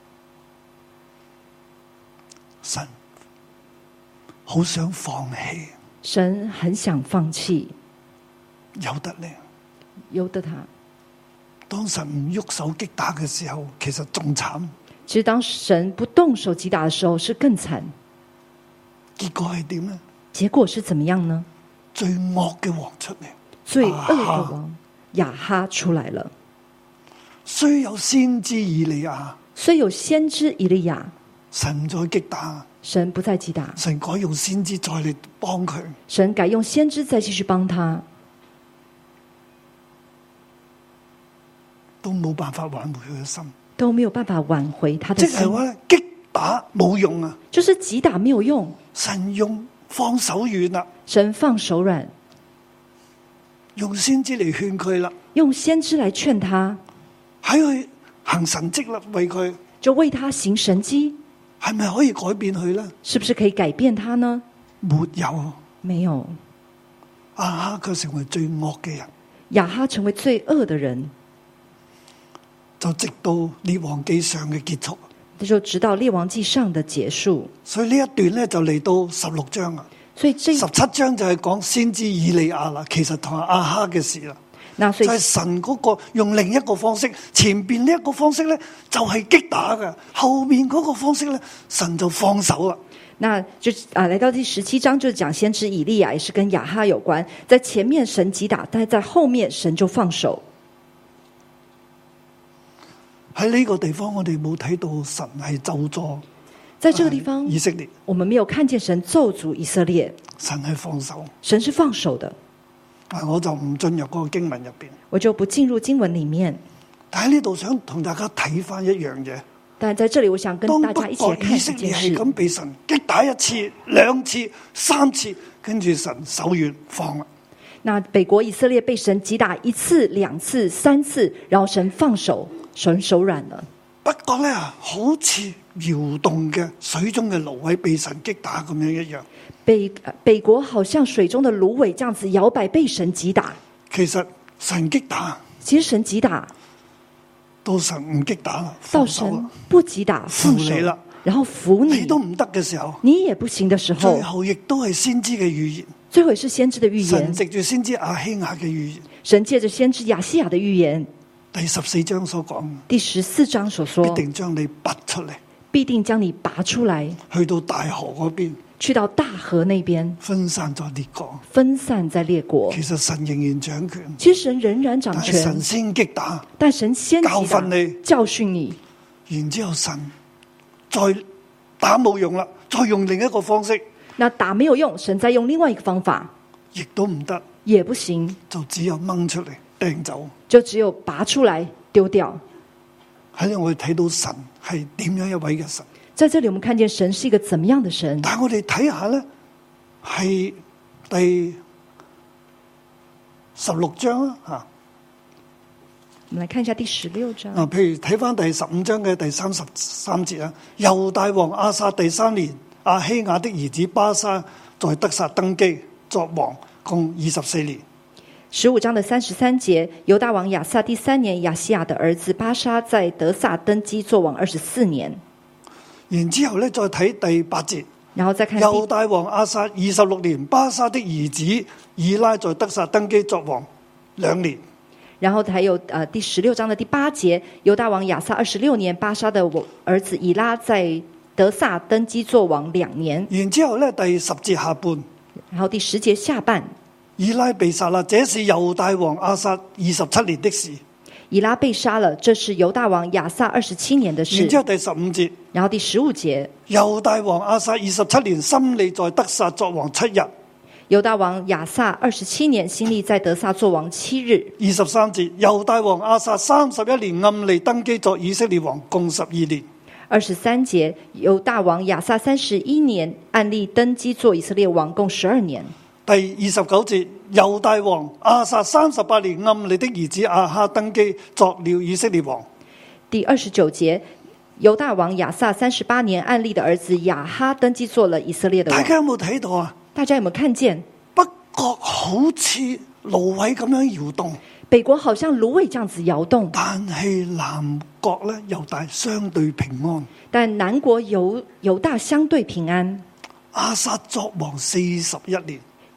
神好想放棄， 神很想放棄， 由得你， 由得他， 當神唔喐手擊打嘅時候，其實仲慘。 其實當神不動手擊打的時候是更慘。 結果係點呢？ 結果是怎麼樣呢？ 最惡嘅王出嚟， 最惡的王亞哈出來了。 雖有先知以利亞， 雖有先知以利亞， 神再擊打， 神不再擊打， 神改用先知再嚟幫佢， 神改用先知再繼續幫他， 都冇辦法挽回佢嘅心， 都沒有辦法挽回他的心。 即係話擊打冇用啊， 就是擊打沒有用， 神用放手軟啦， 神放手軟， 用先知嚟勸佢啦， 用先知來勸他， 喺佢行神蹟啦，為佢就為他行神蹟， 係咪可以改變佢呢？ 是不是可以改變他呢？ 沒有， 沒有。 亞哈卻成為最惡嘅人， 亞哈成為最惡的人， 就直到列王記上嘅結束。 就直到列王記上的結束。 所以呢一段呢，就嚟到16章啊。 所以這 17章就係講先知以利亞啦，其實同亞哈嘅事啦。 那所以就係神嗰個用另一個方式，前邊呢一個方式呢，就係擊打嘅，後面嗰個方式呢，神就放手啦。 那就來到第17章就講先知以利亞，也是跟亞哈有關。在前面神擊打，但係在後面神就放手。 喺呢個地方，我哋冇睇到神係咒詛。 在這個地方， 以色列， 我們沒有看見神咒詛以色列， 神係放手， 神是放手的。 我就唔進入嗰個經文入邊， 我就不進入經文裡面。 但喺呢度想同大家睇翻一樣嘢。 但在這裡，我想跟大家一起來看以色列一件事。 係咁被神擊打一次、兩次、3次，跟住神手軟放啦。 那北國以色列被神擊打1次、2次、3次，然後神放手，神手軟了。 不過呢，好似搖動嘅水中嘅蘆葦被神擊打咁樣一樣。 北國好像水中的蘆葦這樣子搖擺被神擊打。 其實神擊打， 其實神擊打， 到神唔擊打啦， 到放手啦神不擊打，放手扶你啦， 然後扶你， 你都唔得嘅時候， 你也不行的時候， 最後亦都係先知嘅預言。 最後也是先知的預神言。 藉住先知亞希亞嘅預言， 神借着先知亞西亞的預言， 第14章所講， 第14章所說， 必定將你拔出嚟， 必定將你拔出來， 去到大河嗰邊， 去到大河那邊， 分散在列國。 分散在列國。 其實神仍然掌權， 其實神仍然掌但係權， 神先擊打， 但神先擊打教訓你， 教訓你， 然之後神再打冇用啦，再用另一個方式， 那打沒有用，神再用另外一個方法， 亦都唔得， 也不行， 就只有掹出嚟掟走。 就只有拔出來丟掉。 喺度我哋睇到神係點樣一位嘅神， 在這裡我們看見神是一個怎麼樣的神。 但係我哋睇下呢，係第16章啊。 我們來看一下第16章。 譬如睇翻第15章嘅第33節啊，猶大王亞撒第3年，亞希亞的兒子巴沙在得撒登基作王，共24年。 15章的33節，猶大王亞撒第3年，亞西亞的兒子巴沙在得撒登基作王24年。 然之後呢，再睇第8節， 然後再看猶大王亞撒26年，巴沙的兒子以拉在得撒登基作王2年。 然後還有第16章的第8節，猶大王亞撒26年，巴沙的兒子以拉在得撒登基作王2年。 然之後呢，第10節下半， 然後第10節下半， 以拉被殺啦，這是猶大王亞撒27年的事。 以拉被殺了，這是猶大王亞撒27年的事。 然之後第15節， 然後第15節， 猶大王亞撒27年，心利在得撒作王7日。 猶大王亞撒27年，心利在得撒作王7日。 23節，猶大王亞撒31年，暗利登基作以色列王，共12年。 23節，猶大王亞撒31年，暗利登基作以色列王，共12年。 第29節，猶大王亞撒38年，暗利的兒子亞哈登基作了以色列王。 第29節，猶大王亞撒38年，暗利的兒子亞哈登基做了以色列的王。 大家有冇睇到啊？ 大家有沒有看見？ 北國好似蘆葦咁樣搖動， 北國好像蘆葦這樣子搖動， 但係南國呢，猶大相對平安。 但南國猶大相對平安。 亞撒作王41年，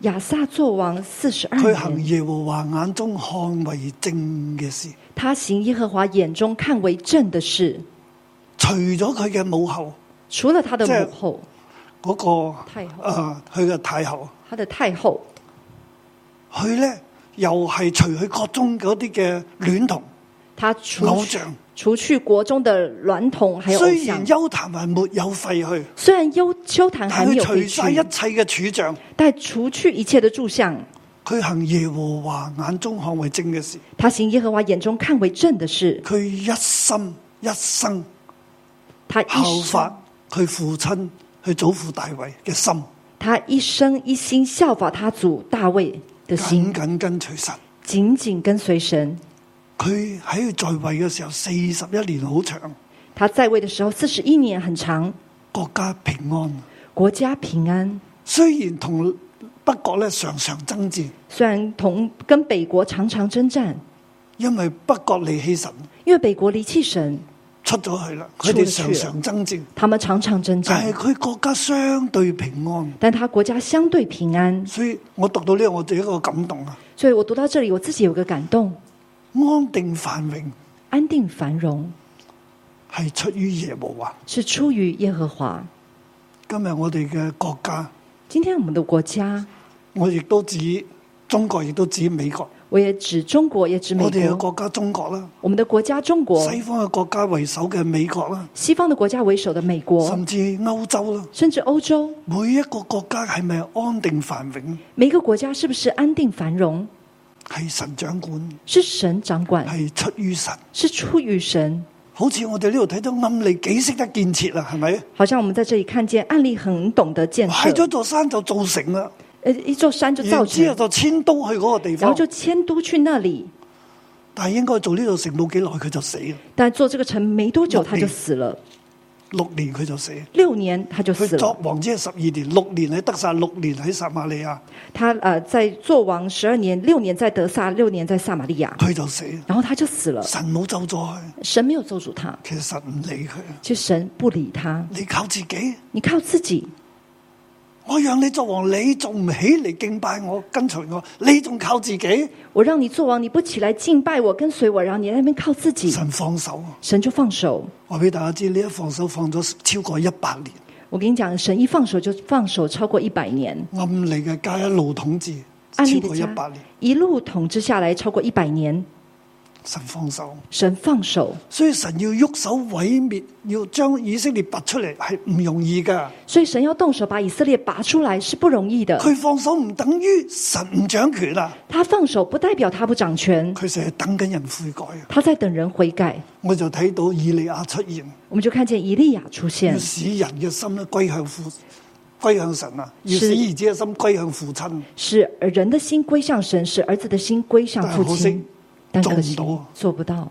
亞撒作王42 佢行年， 耶和華眼中看為正嘅事， 他行耶和華眼中看為正的事， 除咗佢嘅母后， 除了他的母後嗰、個太后， 佢嘅太后， 他的太后， 佢咧又係除佢國中嗰啲嘅戀童他偶像。 除去國中的孌童還有偶像雖然，邱壇還沒有廢去， 雖然丘壇還但佢沒有廢除晒一去， 切嘅柱像， 但除去一切的柱像， 佢行耶和華眼中看為正嘅事， 他行耶和華眼中看為正的事， 佢一心一生他效一生法佢父親佢祖父大衛嘅心， 他一生一心效法他祖大衛的心， 緊緊跟隨神。 緊緊跟隨神。 佢喺佢在位嘅時候41年好長， 他在位的時候41年很長， 國家平安。 國家平安。 雖然同北國咧常常爭戰， 雖然跟北國常常征戰， 因為北國離棄神， 因為北國離棄神出咗去啦，佢哋常常爭戰， 他們常常征戰。 但係佢國家相對平安， 但他國家相對平安。 所以我讀到呢個我自己一個感動啊！ 所以我讀到這裡，我自己有個感動。 安定繁榮， 安定繁榮係出於耶和華， 是出於耶和華。 今日我哋嘅國家， 今天我們的國家， 我亦都指中國，亦都指美國。 我也指中國，也指美我哋嘅國。 國家中國啦， 我們的國家中國， 西方嘅國家為首嘅美國啦， 西方的國家為首的美國， 甚至歐洲啦， 甚至歐洲， 每一個國家係咪安定繁榮？ 每個國家是不是安定繁榮？ 係神掌管， 是神掌管， 係出於神， 是出於神。 好似我哋呢度睇到暗利幾識得建設啦，係咪？ 好像我們在這裡看見暗利很懂得建買咗設， 座山就造成啦， 一座山就造然之後成， 就遷都去嗰個地方， 然後就遷都去那裡。 但係應該做呢座城冇幾耐佢就死啦但做這個城沒多久 6 他就死了 ，6年佢就死。 ，6年他就佢死了。 作王只係12年，6年喺得撒，6年喺撒瑪利亞， 他在做王12年，6年在得撒，6年在撒瑪利亞， 佢就死。 然後他就死了。 神冇咒咗佢， 神沒有咒詛他， 其實神唔理佢， 其實神不理他。 你靠自己。 你靠自己， 我讓你作王，你仲唔起嚟敬拜我、跟隨我？你仲靠自己？ 我讓你做王，你不起來敬拜我、跟隨我，然後你在那邊靠自己， 神放手， 神就放手。 我俾大家知，呢一放手放咗超過100年， 我跟你講，神一放手就放手超過100年， 暗利嘅家一路統治超過暗利的家 100年， 一路統治下來超過100年， 神放手， 神放手。 所以神要喐手毀滅，要將以色列拔出嚟係唔容易噶。 所以神要動手把以色列拔出來是不容易的。 佢放手唔等於神唔掌權啊， 他放手不代表他不掌權， 佢成日等緊人悔改啊。 他在等人悔改。 我就睇到以利亞出現， 我們就看見以利亞出現要，使人嘅心咧歸向神啊，要使兒子嘅心歸向父親。 使人的心歸向神，使兒子的心歸向父親。但可惜做不到。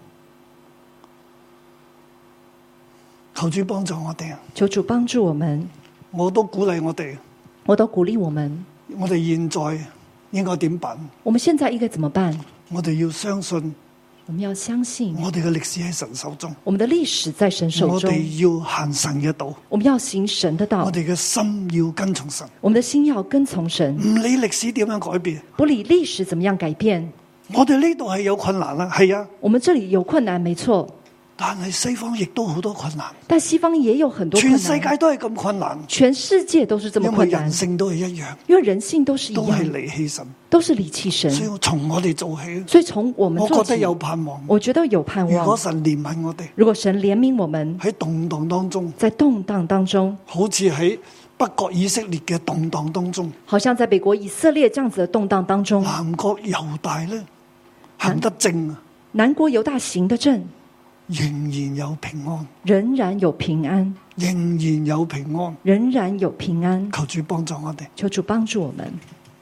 求主幫助我哋啊！ 求主幫助我們， 我都鼓勵我哋， 我都鼓勵我們。 我哋現在應該點辦？ 我們現在應該怎麼辦？ 我哋要相信， 我們要相信我哋嘅歷史喺神手中， 我們的歷史在神手我中。 哋要行神嘅道， 我們要行神的道我，哋嘅心要跟從神， 我們的心要跟從神， 唔理歷史點樣改變。 不理歷史怎麼樣改變。 我哋呢度係有困難啦，係啊， 我們這裡有困難，沒錯， 但係西方亦都好多困難， 但西方也有很多困全難， 世界都係咁困難， 全世界都是這麼因為困難人，性都係一樣， 因為人性都是一都係樣， 離棄神， 都是離棄所以神。 我從我哋做起。 所以從我們做起， 我覺得有盼望。 我覺得有盼望。 如果神憐憫我哋， 如果神憐憫我們， 喺動盪當中， 在動盪當中， 好似喺北國以色列嘅動盪當中， 好像在北國以色列這樣子的動盪當中， 南國猶大咧行得正啊， 南國猶大行得正， 仍然有平安， 仍然有平安， 仍然有平安。 仍然有平安。 求主幫助我哋。 求主幫助我們。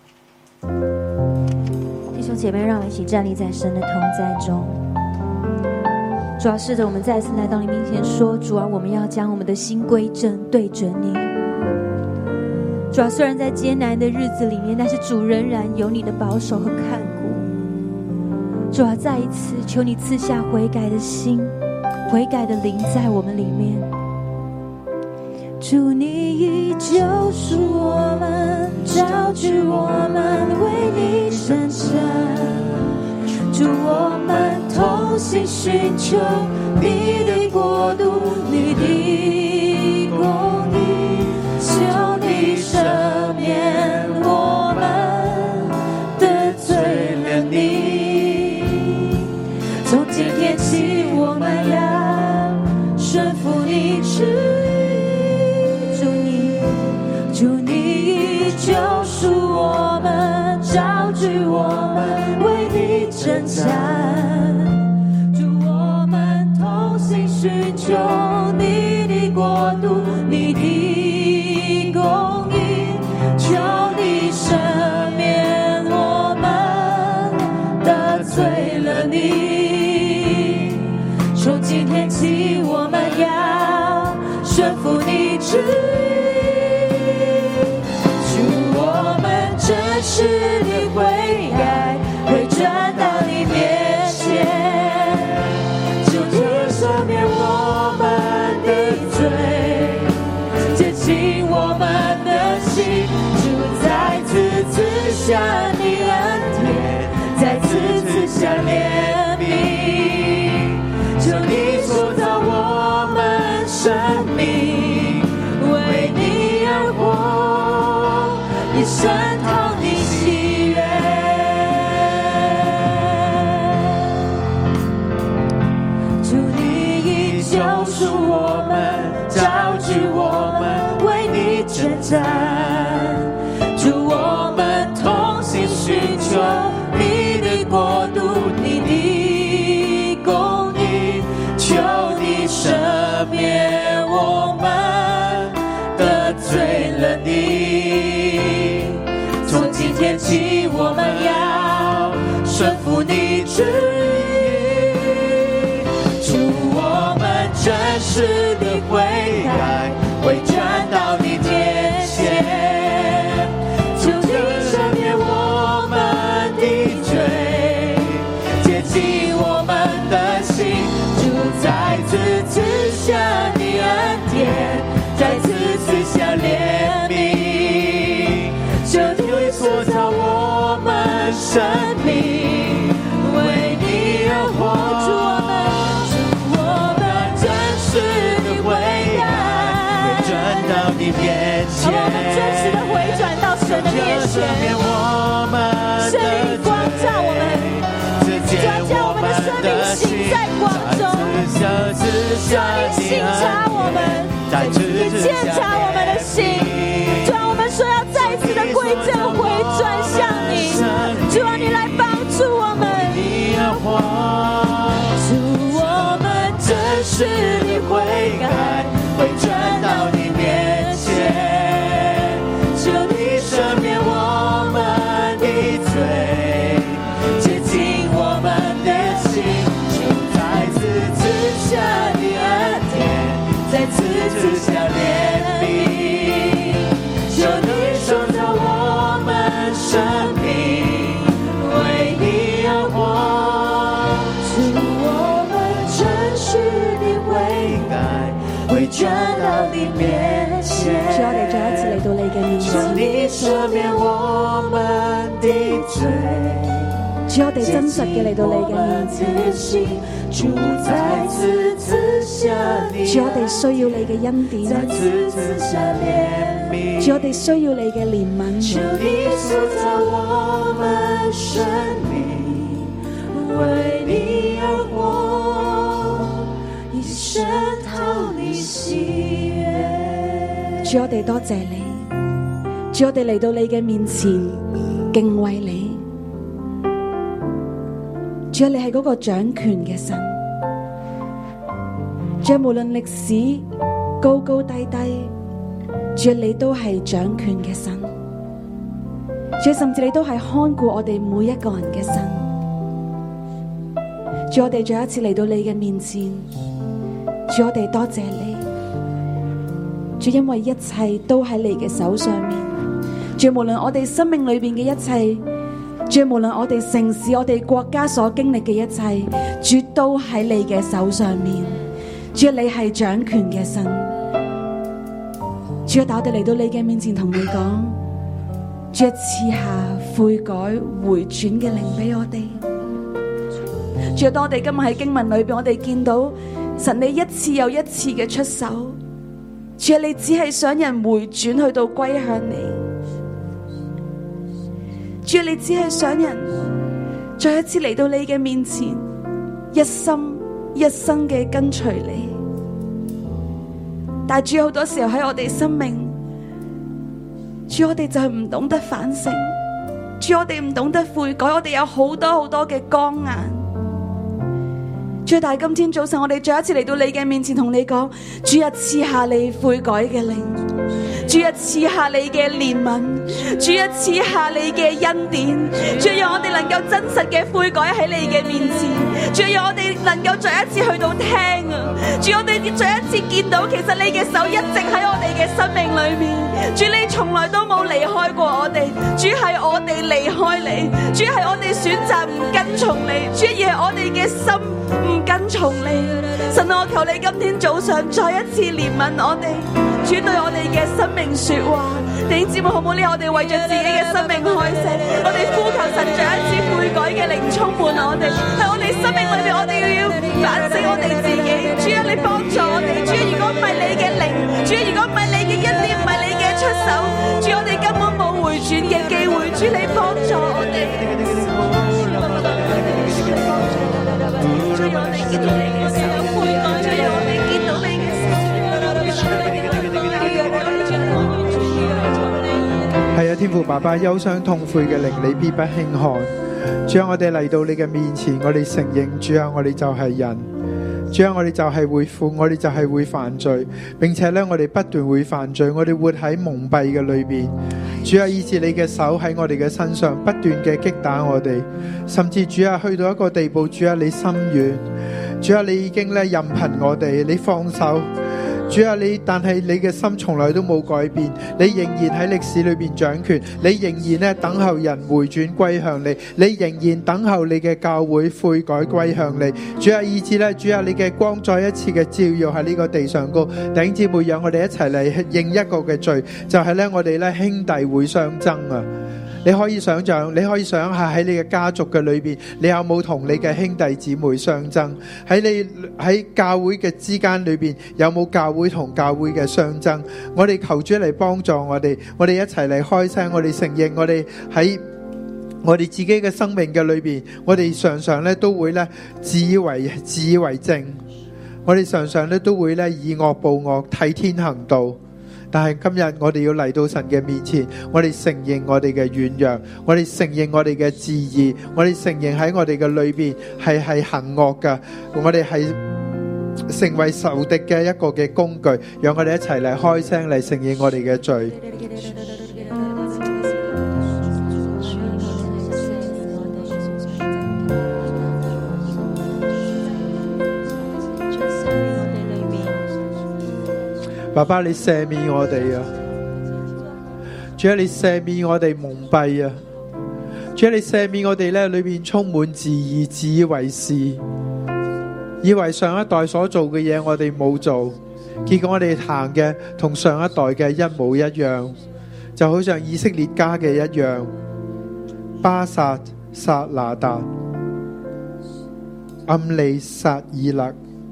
弟兄姐妹，讓我們一起站立在神的同在中。主啊，是的，我們再次來到你面前說，主啊，我們要將我們的心歸正，對準你。主啊，雖然在艱難的日子裡面，但是主仍然有你的保守和看顧。主啊，再一次求你賜下悔改的心，悔改的靈在我們裡面。主，你已救贖我們， 招聚我们为你征战，主我们同心寻求你的国度，你的公义，求你赦免我们得罪了你。从今天起我们要顺服你旨意，主你救赎我们，招聚我们为你征战，主我们同心寻求你的国度，你的公义，求你赦免我们得罪了你。从今天起我们要顺服你旨意，主我们真实的悔改，回转到你面前，求你赦免我们的罪，洁净我们的心，主再次赐下你恩典，再次赐下怜悯，求你塑造我们生命，为你而活，一生讨你喜悦。主你已救赎我们，招聚我们为你征战，主我们同心寻求你的国度，你的公义，求你赦免我们得罪了你。从今天起我们要顺服你旨意，主我们真实的悔改，回转到你面前，求你赦免我们的罪，洁净我们的心，主再次赐下你恩典，再次赐下怜悯，求你塑造我们生命，为你而活。主我们真实的悔改，回转到你面前，我们真实的回转到神的面前，圣灵光照我们，叫我们的生命行在光中，求你省察我们，检查我们的心，主啊，我们说要再次的归正回转向你，主啊，你来帮助我们，主我们真实的悔改，回转到你面前，求你赦免我们的罪，洁净我们的心，求再次赐下你恩典，再次赐下怜悯，求你塑造我们生命，为你而活，主我们真实的悔改，回轉到你面前。 主，我哋再一次嚟到你嘅面前。 求你赦免我們的罪。 主，我哋真實嘅嚟到你嘅面前。 主再次賜下你， 主，我哋需要你嘅恩典。 再次賜下憐憫。 主，我哋需要你嘅憐憫。 求你塑造我們生命，為你而活，一生討你喜悅。 主，我哋多謝你。主，我哋嚟到你嘅面前敬畏你。主，你係嗰個掌權嘅神。主，無論歷史高高低低，主，你都係掌權嘅神。主，甚至你都係看顧我哋每一個人嘅神。主，我哋再一次嚟到你嘅面前。主，我哋多謝你。主，因為一切都喺你嘅手上面。主，無論我哋生命裏邊嘅一切，主，無論我哋城市、我哋國家所經歷嘅一切，主都喺你嘅手上面。主，你係掌權嘅神。主，但我哋嚟到你嘅面前同你講， 主啊，賜下悔改回轉嘅靈俾我哋。主啊，當我哋今日喺經文裏邊，我哋見到神你一次又一次嘅出手。主啊，你只係想人回轉去到歸向你。主啊，你只係想人再一次嚟到你嘅面前，一心一生嘅跟隨你。但係主，好多時候喺我哋生命，主，我哋就係唔懂得反省，主，我哋唔懂得悔改，我哋有好多好多嘅剛硬。主，但係今天早晨我哋再一次嚟到你嘅面前，同你講，主啊，賜下你悔改嘅靈，主啊，賜下你嘅憐憫，主啊，賜下你嘅恩典，主啊，讓我哋能夠真實嘅悔改喺你嘅面前，主啊，讓我哋能夠再一次去到聽啊，主，我哋再一次見到其實你嘅手一直喺我哋嘅生命裏面，主，你從來都冇離開過我哋，主，係我哋離開你，主，係我哋選擇唔跟從你，主，而係我哋嘅心唔跟從你。神啊，我求你今天早上再一次憐憫我哋，主，對我哋嘅生命說話。弟兄姊妹好唔好呢？我哋為着自己嘅生命開聲，我哋呼求神再一次悔改嘅靈充滿我哋，喺我哋生命裏面，我哋要反省我哋自己。主啊，你幫助我哋，主啊，如果唔係你嘅靈，主啊，如果唔係你嘅恩典，唔係你嘅出手，主，我哋根本冇回轉嘅機會。主，你幫助我哋，主，我哋見到你嘅手悔改，主，我哋見到你嘅手。 係啊，天父爸爸，憂傷痛悔嘅靈你必不輕看。主啊，我哋嚟到你嘅面前，我哋承認，主啊，我哋就係人，主啊，我哋就係會負，我哋就係會犯罪，並且咧我哋不斷會犯罪，我哋活喺蒙蔽嘅裏邊。主啊，以致你嘅手喺我哋嘅身上不斷嘅擊打我哋，甚至主啊去到一個地步，主啊你心軟，主啊你已經咧任憑我哋，你放手。主啊，但係你嘅心從來都冇改變，你仍然喺歷史裏邊掌權，你仍然咧等候人回轉歸向你，你仍然等候你嘅教會悔改歸向你。主啊，以致咧，主啊，你嘅光再一次嘅照耀喺呢個地上高。弟兄姊妹，讓我哋一齊嚟認一個嘅罪，就係咧我哋咧兄弟會相爭啊！你可以想象，你可以想下喺你嘅家族嘅裏邊，你有冇同你嘅兄弟姊妹相爭？喺教會嘅之間裏邊，有冇教會同教會嘅相爭？我哋求主嚟幫助我哋一齊嚟開聲，我哋承認我哋喺我哋自己嘅生命嘅裏邊，我哋常常咧都會咧自以為正，我哋常常咧都會咧以惡報惡，替天行道。但係今日我哋要嚟到神嘅面前，我哋承認我哋嘅軟弱，我哋承認我哋嘅自義，我哋承認喺我哋嘅裏邊係行惡嘅，我哋係成為仇敵嘅一個嘅工具。讓我哋一齊嚟開聲嚟承認我哋嘅罪。爸爸，你赦免我哋啊！主啊，你赦免我哋蒙蔽啊！主啊，你赦免我哋咧，裏面充滿自義、自以為是，以為上一代所做嘅嘢我哋冇做，結果我哋行嘅同上一代嘅一模一樣，就好像以色列家嘅一樣，巴撒、撒拿達、暗利撒爾勒、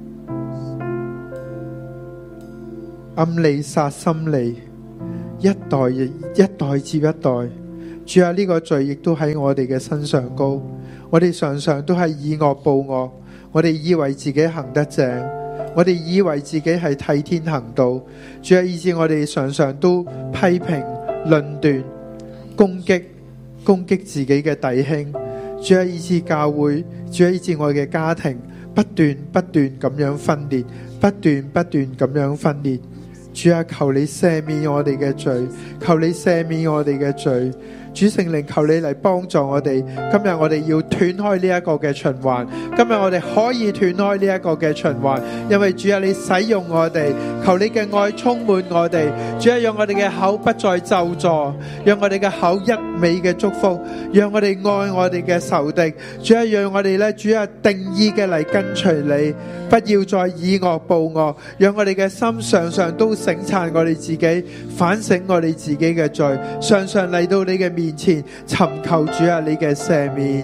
暗利撒心利，一代接一代。主啊，呢個罪亦都喺我哋嘅身上高，我哋常常都係以惡報惡，我哋以為自己行得正，我哋以為自己係替天行道。主啊，以致我哋常常都批評、論斷、攻擊自己嘅弟兄。主啊，以致教會，主啊，以致我嘅家庭不斷咁樣分裂，不斷咁樣分裂。主啊，求你赦免我哋嘅罪，求你赦免我哋嘅罪。主聖靈，求你嚟幫助我哋。今日我哋要斷開呢一個嘅循環，今日我哋可以斷開呢一個嘅循環，因為主啊，你使用我哋， 求你嘅愛充滿我哋，主啊，讓我哋嘅口不再咒詛，讓我哋嘅口一味嘅祝福，讓我哋愛我哋嘅仇敵，主啊，讓我哋咧，主啊，定意嘅嚟跟隨你，不要再以惡報惡，讓我哋嘅心常常都省察我哋自己，反省我哋自己嘅罪，常常嚟到你嘅面前尋求主啊你嘅赦免。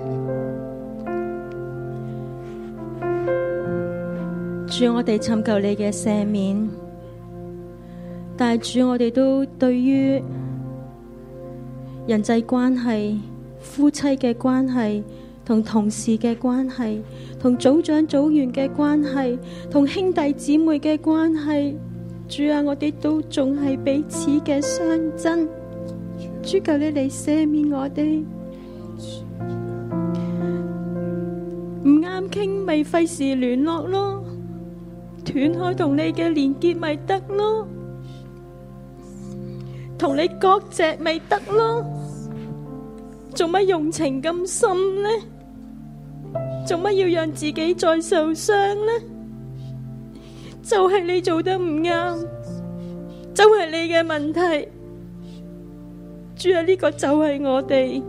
主，我哋尋求你嘅赦免，但係主，我哋都對於人際關係、夫妻嘅關係、同同事嘅關係、同組長組員嘅關係、同兄弟姊妹嘅關係，主啊，我哋都仲係彼此嘅相爭。主，求你嚟赦免我哋，唔啱傾咪費事聯絡咯，斷開同你嘅連結咪得咯，同你割席咪得咯，做乜用情咁深呢？做乜要讓自己再受傷呢？就係你做得唔啱，就係你嘅問題。主啊，呢個就係我哋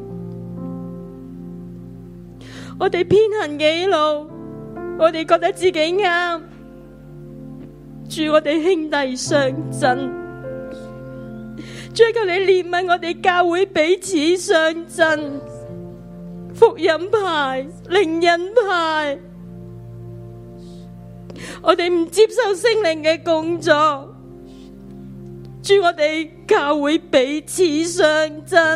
偏行己路，我哋覺得自己啱。主，我哋兄弟相爭，主，求你憐憫我哋教會彼此相爭，福音派、靈恩派，我哋唔接受聖靈嘅工作。主，我哋教會彼此相爭，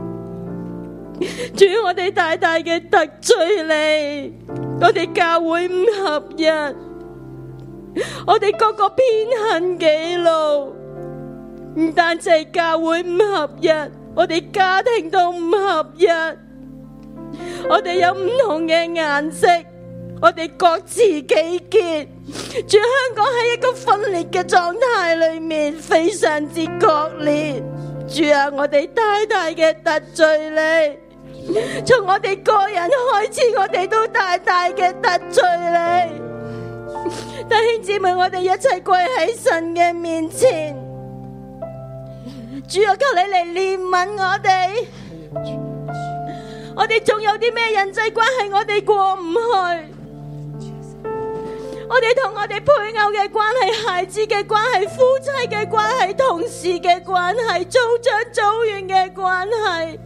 主，我哋大大嘅得罪你，我哋教會唔合一，我哋個個偏行己路，唔單止係教會唔合一，我哋家庭都唔合一，我哋有唔同嘅顏色，我哋各持己見。住香港喺一個分裂嘅狀態裏面，非常之割裂。主啊，我哋大大嘅得罪你，從我哋個人開始，我哋都大大嘅得罪你。弟兄姊妹，我哋一齊跪喺神嘅面前，主啊，求你嚟憐憫我哋。我哋仲有啲咩人際關係我哋過唔去？我哋同我哋配偶嘅關係、孩子嘅關係、夫妻嘅關係、同事嘅關係、組長組員嘅關係，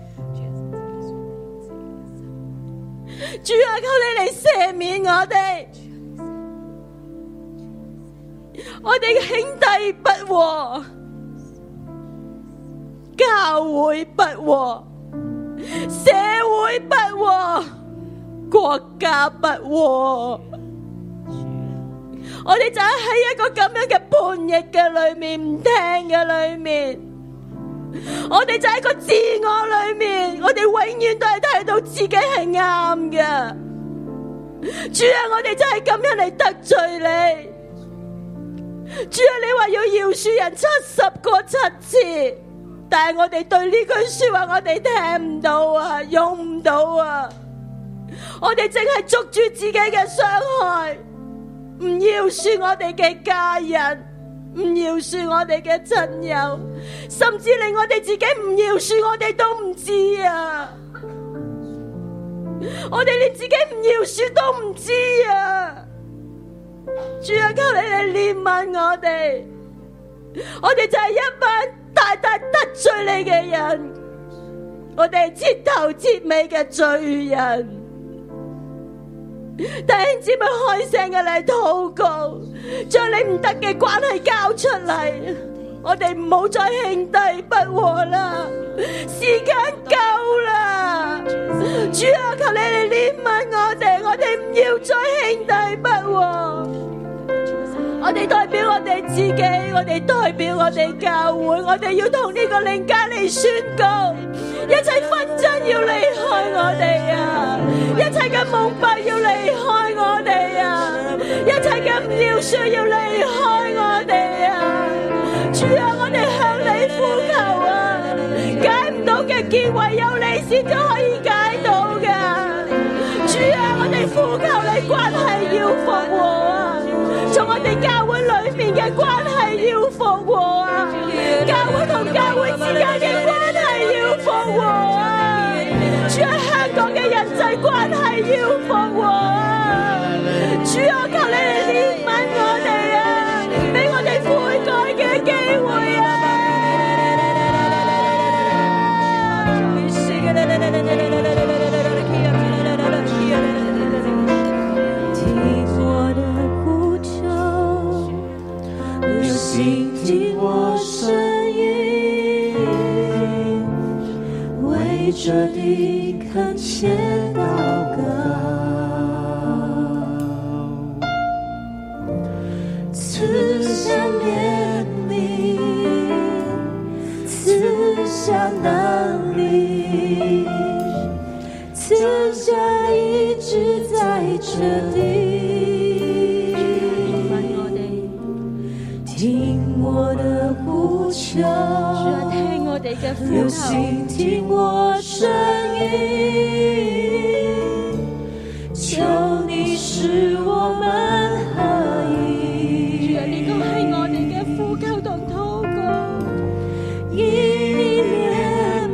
主啊，求你嚟赦免我哋。我哋兄弟不和，教會不和，社會不和，國家不和。我哋就喺一個咁樣嘅叛逆嘅裏面，唔聽嘅裏面，我哋就喺個自我裏面，我哋永遠都係睇到自己係啱嘅。主啊，我哋就係咁樣嚟得罪你。主啊，你話要饒恕人70個7次，但係我哋對呢句說話我哋聽唔到啊，用唔到啊。我哋淨係捉住自己嘅傷害，唔饒恕我哋嘅家人，唔饒恕我哋嘅親友，甚至令我哋自己唔饒恕我哋都唔知啊！我哋連自己唔饒恕都唔知啊！主啊，求你嚟憐憫我哋，我哋就係一班大大得罪你嘅人，我哋係徹頭徹尾嘅罪人。弟兄姊妹，開聲嘅嚟禱告，將你唔得嘅關係交出嚟，我哋唔好再兄弟不和啦，時間夠啦。主啊，求你嚟憐憫我哋唔要再兄弟不和。我哋代表我哋自己，我哋代表我哋教會，我哋要同呢個靈界嚟宣告，一切紛爭要離開我哋啊！一切嘅蒙蔽要離開我哋啊！一切嘅唔饒恕要離開我哋啊！主啊，我哋向你呼求啊！解唔到嘅結，唯有你先至可以解到嘅。主啊，我哋呼求你關係要復和啊！從我哋教會裏面嘅關係復和啊！教會同教會之間嘅關係要復和啊！主啊，香港嘅人際關係要復和啊！主啊，求你嚟憐憫我哋啊，俾我哋悔改嘅機會啊！ 请听我声音，为这地恳切祷告，赐下怜悯，赐下能力，赐下医治在这地。听我的呼求， 聽我哋嘅呼留求， 心聽我聲音，求你使我們合一。 主啊，呢個係我哋嘅呼求同禱告。 以你憐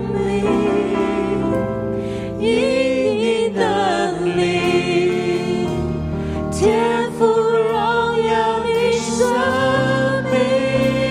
憫，以你能力，天父榮耀你生命。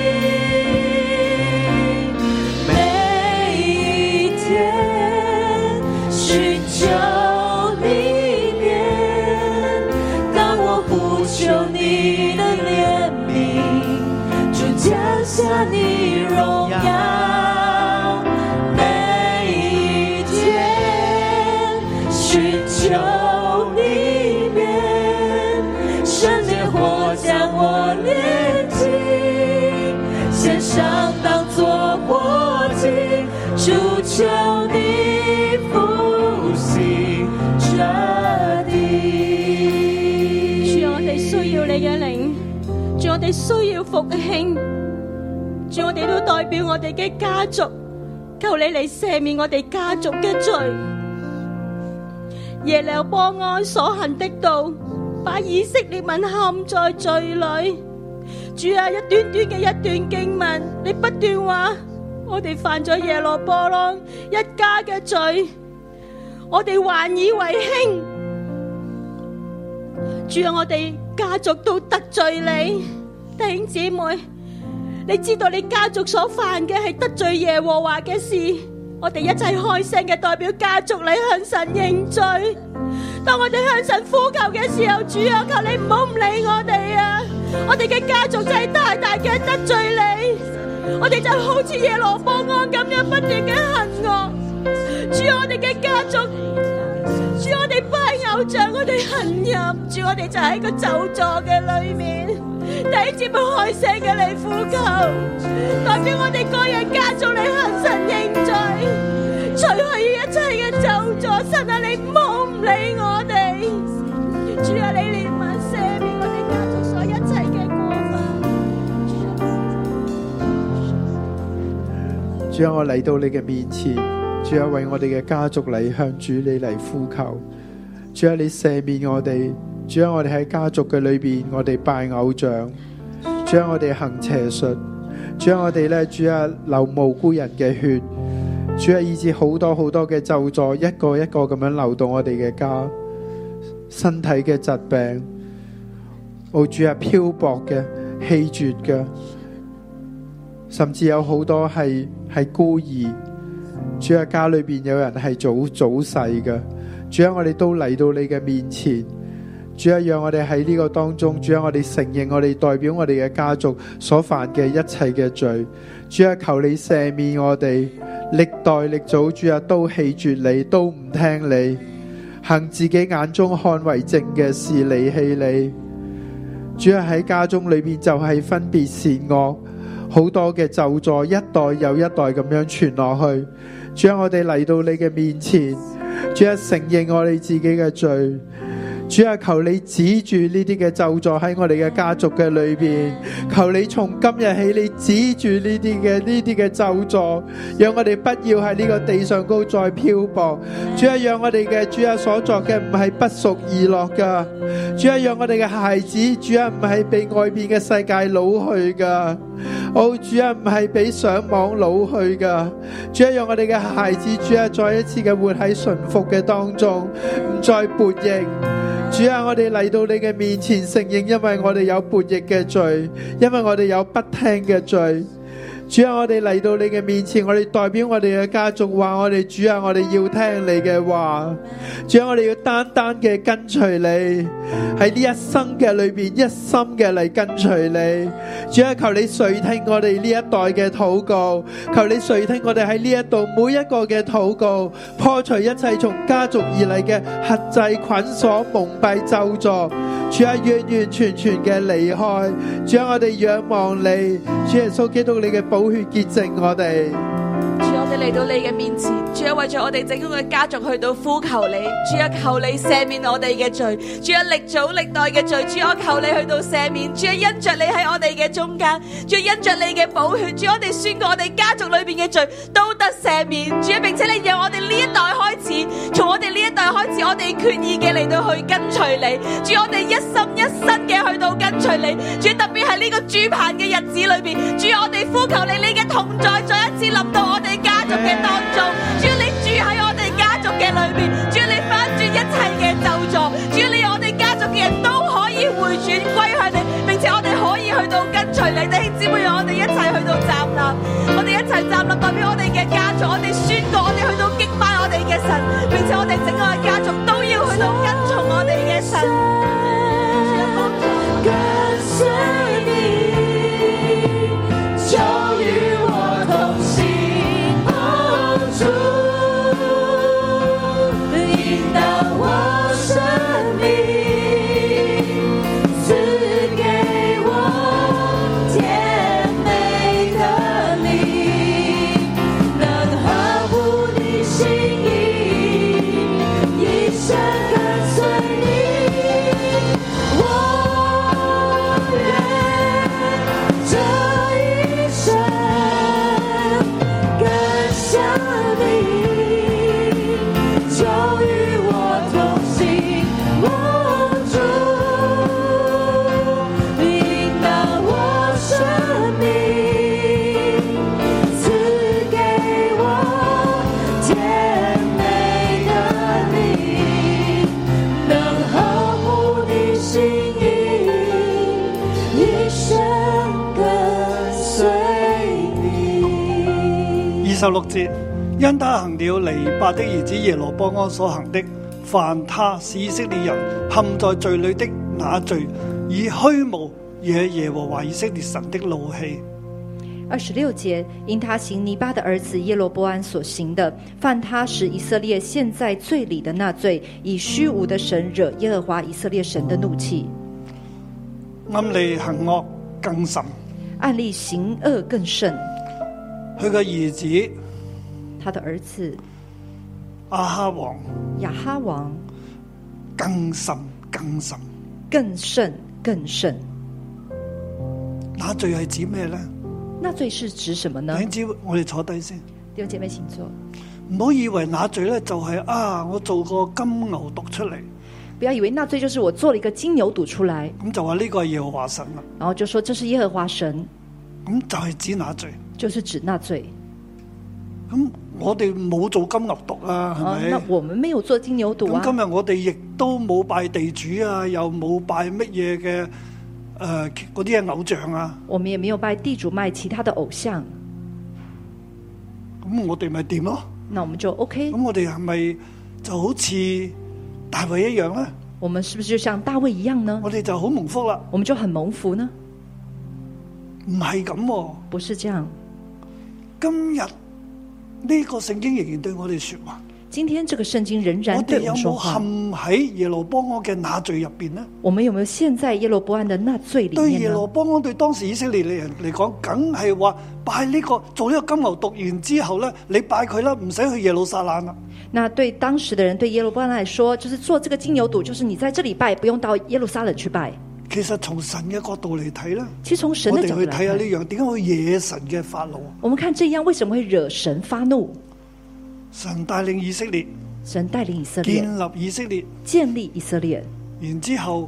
下你榮耀，每一天尋求你面，聖烈火將我煉淨，獻上當作火祭，主求你復興這地。 主，我哋需要你嘅靈，主，我哋需要復興。主，我哋都代表我哋嘅家族，求你嚟赦免我哋家族嘅罪。耶羅波安所行的道，把以色列民陷在罪裏。主啊，一段段嘅一段經文，你不斷話我哋犯咗耶羅波安一家嘅罪，我哋還以為輕。主啊，我哋家族都得罪你，弟兄姊妹。你知道你家族所犯嘅係得罪耶和華嘅事，我哋一齊開聲嘅代表家族嚟向神認罪。當我哋向神呼求嘅時候，主啊，求你唔好唔理我哋啊！我哋嘅家族真係大大嘅得罪你，我哋就好似耶羅波安咁樣不斷嘅行惡。主啊，我哋嘅家族，主啊，我哋拜偶像，我哋行淫，主，我哋就喺個咒詛嘅裏面。弟兄姊妹開聲嘅嚟呼求，代表我哋個人家族嚟向神認罪，除去一切嘅咒詛。神啊，你唔好唔理我哋，主啊，你憐憫赦免我哋家族所一切嘅過犯。 主啊，我嚟到你嘅面前，主啊，為我哋嘅家族嚟向主你嚟呼求，主啊，你赦免我哋。主啊，我哋喺家族嘅裏邊，我哋拜偶像，主啊，我哋行邪術，主啊，我哋咧，主啊，流無辜人嘅血，主啊，以致好多好多嘅咒詛一個一個咁樣流到我哋嘅家，身體嘅疾病，主啊，漂泊嘅、氣絕嘅，甚至有好多係孤兒，主啊，家裏邊有人係早逝嘅，主啊，我哋都嚟到你嘅面前。主啊，讓我哋喺呢個當中，主啊，我哋承認我哋代表我哋嘅家族所犯嘅一切嘅罪。主啊，求你赦免我哋，歷代歷祖，主啊，都棄絕你，都唔聽你，行自己眼中看為正嘅事，離棄你。主啊，喺家中裏面就係分別善惡，好多嘅咒詛一代又一代咁樣傳落去。主啊，我哋嚟到你嘅面前，主啊，承認我哋自己嘅罪。 主啊，求你止住呢啲嘅咒詛喺我哋嘅家族嘅裏邊，求你從今日起你止住呢啲嘅咒詛，讓我哋不要喺呢個地上高再漂泊。主啊，讓我哋嘅主啊所作嘅唔係不屬意樂噶，主啊，讓我哋嘅孩子主啊唔係被外邊嘅世界擄去噶，主啊唔係俾上網擄去噶，主啊，讓我哋嘅孩子主啊再一次嘅活喺順服嘅當中，唔再悖逆。主啊，我哋嚟到你嘅面前承認，因為我哋有悖逆嘅罪，因為我哋有不聽嘅罪。主啊，我哋嚟到你嘅面前，我哋代表我哋嘅家族話，我哋主啊，我哋要聽你嘅話。主啊，我哋要單單嘅跟隨你，喺呢一生嘅裏邊一心嘅嚟跟隨你。主啊，求你垂聽我哋呢一代嘅禱告，求你垂聽我哋喺呢一度每一個嘅禱告，破除一切從家族而嚟嘅轄制捆鎖蒙蔽咒詛。主啊，完完全全嘅離開。主啊，我哋仰望你，主耶穌基督，你嘅寶血潔淨我哋。 主，我哋嚟到你嘅面前，主啊，為咗我哋整個嘅家族去到呼求你，主啊，求你赦免我哋嘅罪，主啊，歷祖歷代嘅罪，主啊，求你去到赦免，主啊，因着你喺我哋嘅中間，主啊，因着你嘅寶血，主啊，我哋宣告我哋家族裏邊嘅罪都得赦免，主啊，並且你讓我哋呢一代開始，從我哋呢一代開始，我哋決意嘅嚟到去跟隨你，主啊，我哋一心一身嘅去到跟隨你，主啊，特別喺呢個住棚嘅日子裏邊，主啊，我哋呼求你，你嘅同在再一次臨到我哋家族嘅當中，主啊，你住喺我哋家族嘅裏邊，主啊，你翻轉一切嘅咒詛，主啊，你讓我哋家族嘅人都可以回轉歸向你，並且我哋可以去到跟隨你。弟兄姊妹，讓我哋一齊去到站立，我哋一齊站立，代表我哋嘅家族，我哋宣告，我哋去到敬拜我哋嘅神，並且我哋整個嘅家族都要去到跟從我哋嘅神。 跟隨你，就與我同行同住，引導我生命，賜給我甜美的靈，能合乎你心意，一生跟隨你。 26節，因他行了尼八的兒子耶羅波安所行的，犯他使以色列人陷在罪裏的那罪，以虛無惹耶和華以色列神的怒氣。 26節，因他行尼巴的兒子耶羅波安所行的，犯他使以色列陷在罪裏的那罪，以虛無的神惹耶和華以色列神的怒氣。 暗利行惡更甚， 暗利行惡更甚。 佢嘅兒子， 他的兒子亞哈王更甚更甚更甚更甚。 那罪係指咩呢？ 那罪是指什麼呢？ 弟兄姊妹，我哋坐低先。 弟兄姐妹請坐。 唔好以為那罪咧就係我做個金牛犢出嚟。 不要以為那罪就是我做了一個金牛犢出來， 咁就話呢個係耶和華神啦。 然後就說這是耶和華神， 咁就係指那罪， 就是指那罪。 咁我哋冇做金牛犢啊，係咪？ 那我們沒有做金牛犢啊。 咁今日我哋亦都冇拜地主啊，又冇拜乜嘢嘅嗰啲嘅偶像啊。 我們也沒有拜地主，賣其他的偶像。 咁我哋咪掂咯？ 那我們就 OK。 咁我哋係咪就好似大衛一樣呢？ 我們是不是就像大衛一樣呢？ 我哋就好蒙福啦。 我們就很蒙福呢？ 唔係咁喎， 不是這樣。 今日呢個聖經仍然對我哋說話。 今天這個聖經仍然對我們說話。 我哋有冇陷喺耶羅波安嘅那罪入邊呢？ 我們有沒有陷在耶羅波安的那罪裡面呢？ 對耶羅波安對當時以色列人嚟講，梗係話拜呢個做呢個金牛犢完之後呢，你拜佢啦，唔使去耶路撒冷啦。 那對當時的人，對耶羅波安來說，就是做這個金牛犢，就是你在這裡拜，不用到耶路撒冷去拜。 其實從神嘅角度嚟睇咧， 其實從神的角度來看， 我哋去睇下呢樣點解會惹神嘅發怒？ 我們看這樣為什麼會惹神發怒？ 神帶領以色列， 神帶領以色列建立以色列， 建立以色列， 然之後，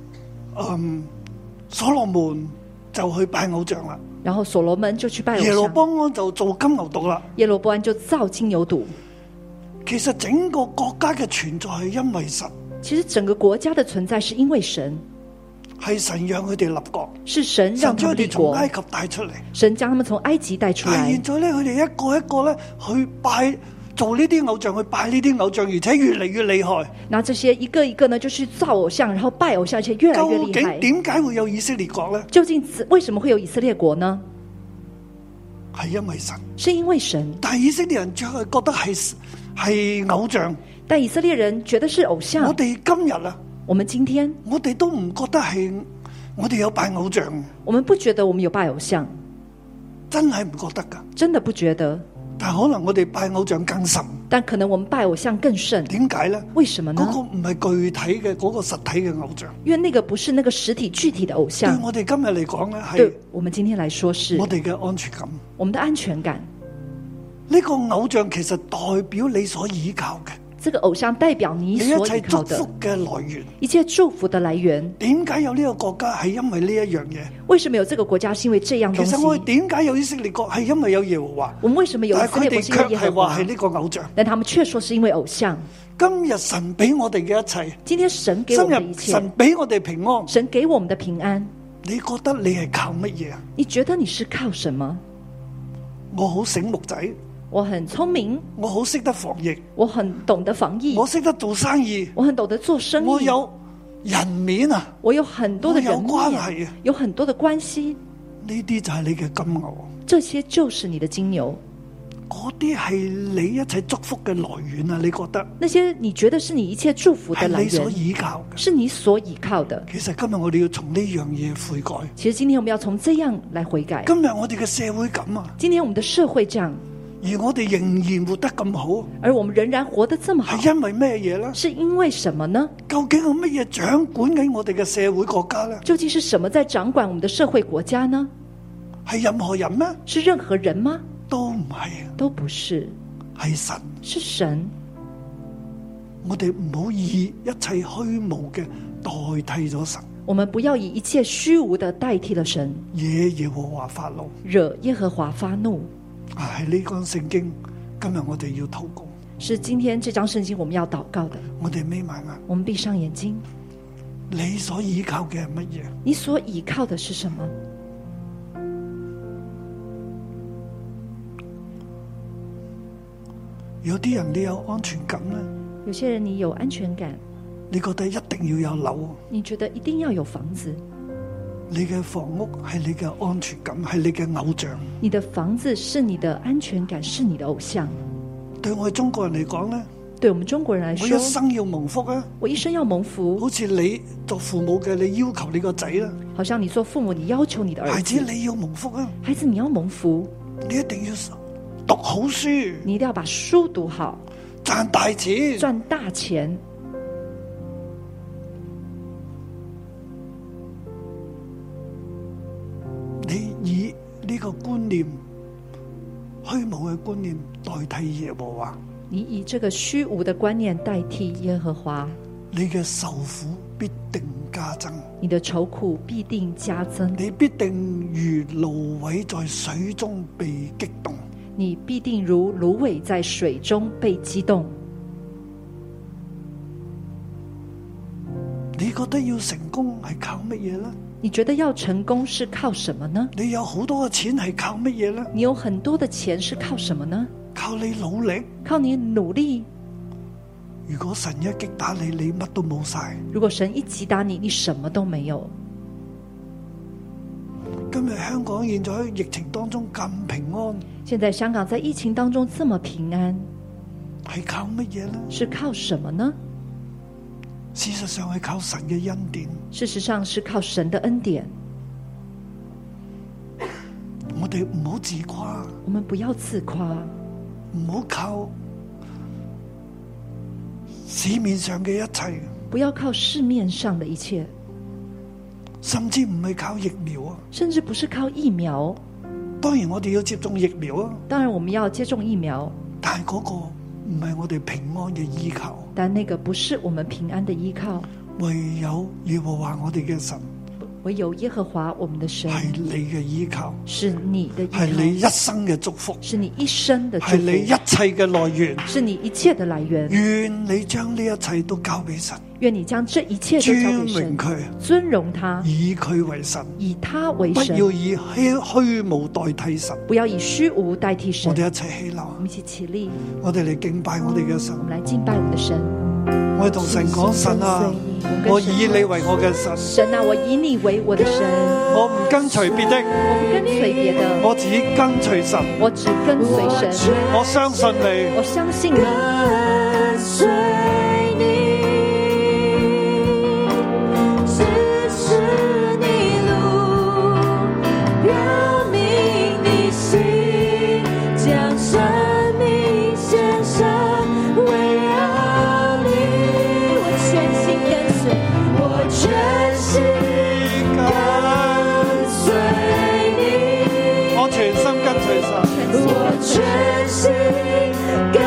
所羅門就去拜偶像啦。 然後所羅門就去拜偶像， 耶羅波安就做金牛犢啦。 耶羅波安就造金牛犢。 其實整個國家嘅存在係因為神， 其實整個國家的存在是因為神， 係神讓佢哋立國， 是神讓他們立國， 從埃及帶出嚟， 神將他們從埃及帶出來。 現在咧，佢哋一個一個咧去拜。做呢啲偶像，去拜呢啲偶像，而且越嚟越厲害。 那這些一個一個呢，就去造偶像，然後拜偶像，而且越來越厲害。 究竟點解會有以色列國呢？ 究竟為什麼會有以色列國呢？ 係因為神， 是因為神。 但係以色列人卻係覺得係偶像， 但以色列人覺得是偶像。 我哋今日啊， 我們今天， 我哋都唔覺得係我哋有拜偶像。 我們不覺得我們有拜偶像， 真係唔覺得㗎， 真的不覺得。 但可能我哋拜偶像更甚， 但可能我們拜偶像更甚。 點解呢？ 為什麼呢？ 嗰個唔係具體嘅嗰個實體嘅偶像， 因為那個不是那個實體具體的偶像。 對我哋今日嚟講呢，係對我們今天來說是我哋嘅安全感， 我們的安全感。 呢個偶像其實代表你所依靠嘅。 這個偶像代表你所依靠的一切祝福嘅來源， 一切祝福的來源。 點解有呢個國家係因為呢一樣嘢？ 為什麼有這個國家是因為這樣東西？ 其實我哋點解有以色列國係因為有耶和華？ 我們為什麼有以色列國是因為耶和華？ 但係佢哋卻係話係呢個偶像， 但他們卻說是因為偶像。 今日神俾我哋嘅一切， 今天神給我們的一切， 神俾我哋平安， 神給我們的平安。 你覺得你係靠乜嘢啊？ 你覺得你是靠什麼？ 我好醒目仔。 我很聰明， 我好識得防疫， 我很懂得防疫， 我識得做生意， 我很懂得做生意， 我有人面啊， 我有很多的人面， 有關係啊， 有很多的關係， 呢啲就係你嘅金牛， 這些就是你的金牛， 嗰啲係你一切祝福嘅來源啊！你覺得？ 那些你覺得是你一切祝福的來源， 係你所依靠嘅， 是你所依靠的。 其實今日我哋要從呢樣嘢悔改。 其實今天我們要從這樣來悔改。 今日我哋嘅社會咁啊， 今天我們的社會這樣。 而我哋仍然活得咁好， 而我們仍然活得這麼好， 係因為咩嘢呢？ 是因為什麼呢？ 究竟有乜嘢掌管緊我哋嘅社會國家呢？ 究竟是什麼在掌管我們的社會國家呢？ 係任何人咩？ 是任何人嗎？ 都唔係， 都不是， 係神， 是神。 我哋唔好以一切虛無嘅代替咗神。 我們不要以一切虛無的代替了神， 惹耶和華發怒， 惹耶和華發怒。 係呢章聖經，今日我哋要禱告。 是今天這章聖經我們要禱告的。 我哋眯埋眼， 我們閉上眼睛。 你所依靠嘅係乜嘢？ 你所依靠的是什麼？ 有啲人你有安全感呢？ 有些人你有安全感， 你覺得一定要有樓， 你覺得一定要有房子。 你嘅房屋係你嘅安全感，係你嘅偶像。 你的房子是你的安全感，是你的偶像。 對我哋中國人嚟講呢， 對我們中國人來說， 我一生要蒙福啊！ 我一生要蒙福。 好似你做父母嘅，你要求你個仔啦。 好像你做父母，你要求你的兒子。 孩子你要蒙福啊！ 孩子你要蒙福， 你一定要讀好書， 你一定要把書讀好， 賺大錢， 賺大錢。 你以呢個觀念，虛無嘅觀念代替耶和華， 你以這個虛無的觀念代替耶和華， 你嘅受苦必定加增， 你的愁苦必定加增， 你必定如蘆葦在水中被激動， 你必定如蘆葦在水中被激動。 你覺得要成功係靠乜嘢呢？ 你覺得要成功是靠什麼呢？ 你有好多嘅錢係靠乜嘢呢？ 你有很多的錢是靠什麼呢？ 靠你努力， 靠你努力。 如果神一擊打你，你乜都冇晒。 如果神一擊打你，你什麼都沒有。 今日香港現在喺疫情當中咁平安， 現在香港在疫情當中這麼平安， 係靠乜嘢呢？ 是靠什麼呢？ 事實上係靠神嘅恩典。 事實上是靠神的恩典。 我哋唔好自誇， 我們不要自誇， 唔好靠市面上嘅一切， 不要靠市面上的一切， 甚至唔係靠疫苗啊！ 甚至不是靠疫苗。 當然我哋要接種疫苗啊！ 當然我們要接種疫苗， 但係嗰個唔係我哋平安嘅依靠。 但那個不是我們平安的依靠。 唯有耶和華我哋嘅神， 唯有耶和華我們的神係你嘅依靠， 是你的依靠， 係你一生嘅祝福， 是你一生的祝福， 係你一切嘅來源， 是你一切的來源。 願你將呢一切都交俾神， 願你將這一切都交給神，尊榮他， 以佢為神， 以他為不神， 要以虛無代替神， 不要以虛無代替神。 我哋一齊起立， 我們一起起立， 我哋嚟敬拜我哋嘅神， 我們來敬拜我們的神。 我哋同神講，神啊，我以你為我嘅神， 神啊，我以你為我的神， 我唔跟隨別的， 我不跟隨別的， 我只跟隨神， 我只跟隨神， 我相信你， 我相信你， 跟隨你，指示你路，表明你心，將生命獻上，圍繞你，我全心跟隨，我全心跟隨你， 我全心跟隨神， 我全心跟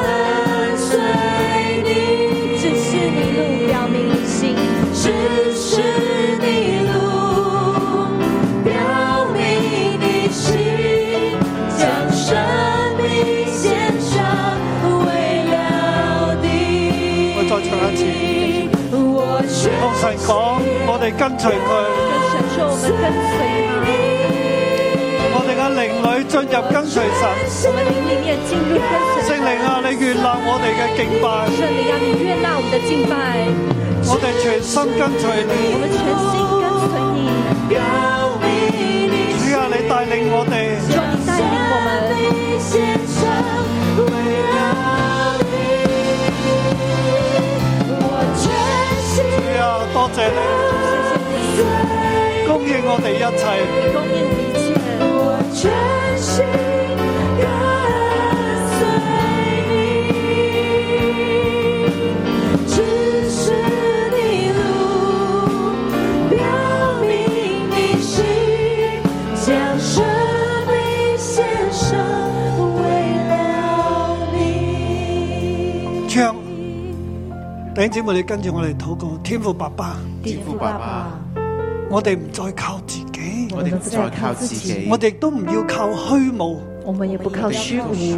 隨你，指示你路，表明你心，指示你路，表明你心，將生命獻上，圍繞你。 我再唱一次， 我全同神講，我哋跟隨佢， 跟神說我們跟隨他， 我哋嘅靈裏進入跟隨神， 我們靈裡面進入跟隨聖靈啊，你悅納我哋嘅敬拜， 聖靈啊，你悅納我們的敬拜， 我哋全心跟隨你， 我們全心跟隨你， 表明你主啊，你帶領我哋， 求你帶領我們， 獻上，圍繞你，我全心主啊，多謝你供應我哋一切， 供應我們一切， 我全心跟隨你，指示你路，表明你心，將生命獻上，圍繞你。 唱，弟兄姊妹，你跟住我哋禱告，天父爸爸， 天父爸爸， 我哋唔再靠自己， 我們不再靠自己， 我哋都唔要靠虛無， 我們也不靠虛無，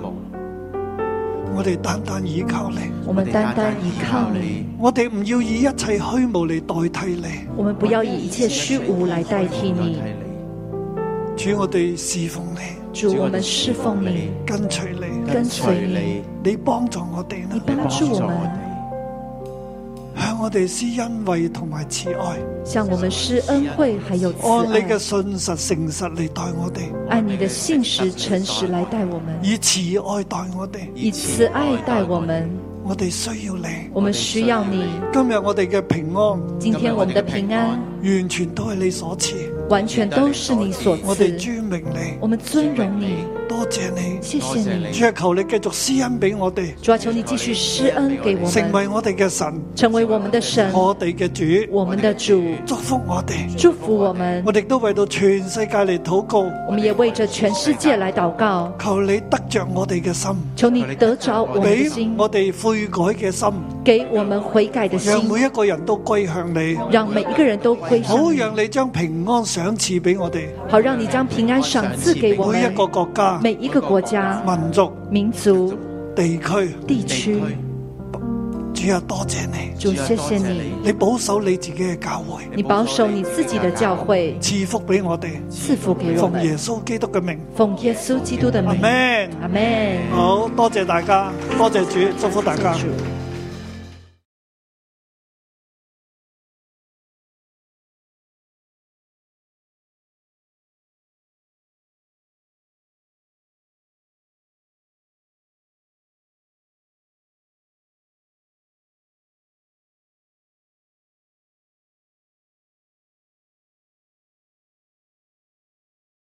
我哋單單依靠你， 我們單單依靠你， 我哋唔要以一切虛無嚟代替你， 我們不要以一切虛無來代替你。 主，我哋侍奉你， 主，我們侍奉你， 跟隨你， 跟隨你， 你幫助我哋你啦， 幫助我們， 向我哋施恩惠同埋慈愛， 向我們施恩惠還有慈按你嘅愛， 信實誠實嚟待我哋， 按你的信實誠實來待我們， 以慈愛待我哋， 以慈愛待我們。 我哋需要你， 我們需要你。 今日我哋嘅平安今天我們的平安完全都係你所賜， 完全都是你所我哋賜， 尊榮你， 我們尊榮你， 多謝你， 謝謝你。 主啊，求你繼續施恩俾我哋， 主啊，求你繼續施恩給我們， 成為我哋嘅神， 成為我們的神， 我哋嘅主， 我們的主， 祝福我哋， 祝福我們。 我哋都為到全世界嚟禱告， 我們也為着全世界來禱告， 求你得着我哋嘅心， 求你得着我們的俾心， 我哋悔改嘅心， 給我們悔改的心， 讓每一個人都歸向你， 讓每一個人都歸向你， 好讓你將平安賞賜俾我哋， 好讓你將平安賞賜給我們每一個國家、 每一個國家、 民族、 民族、 地區、 地區。 主啊，多謝你， 主，謝謝你， 你保守你自己嘅教會， 你保守你自己的教會， 賜福俾我哋， 賜福給我們， 奉耶穌基督嘅名， 奉耶穌基督的名， 阿們， 阿們。 好多謝大家，多謝主，祝福大家。 謝謝主。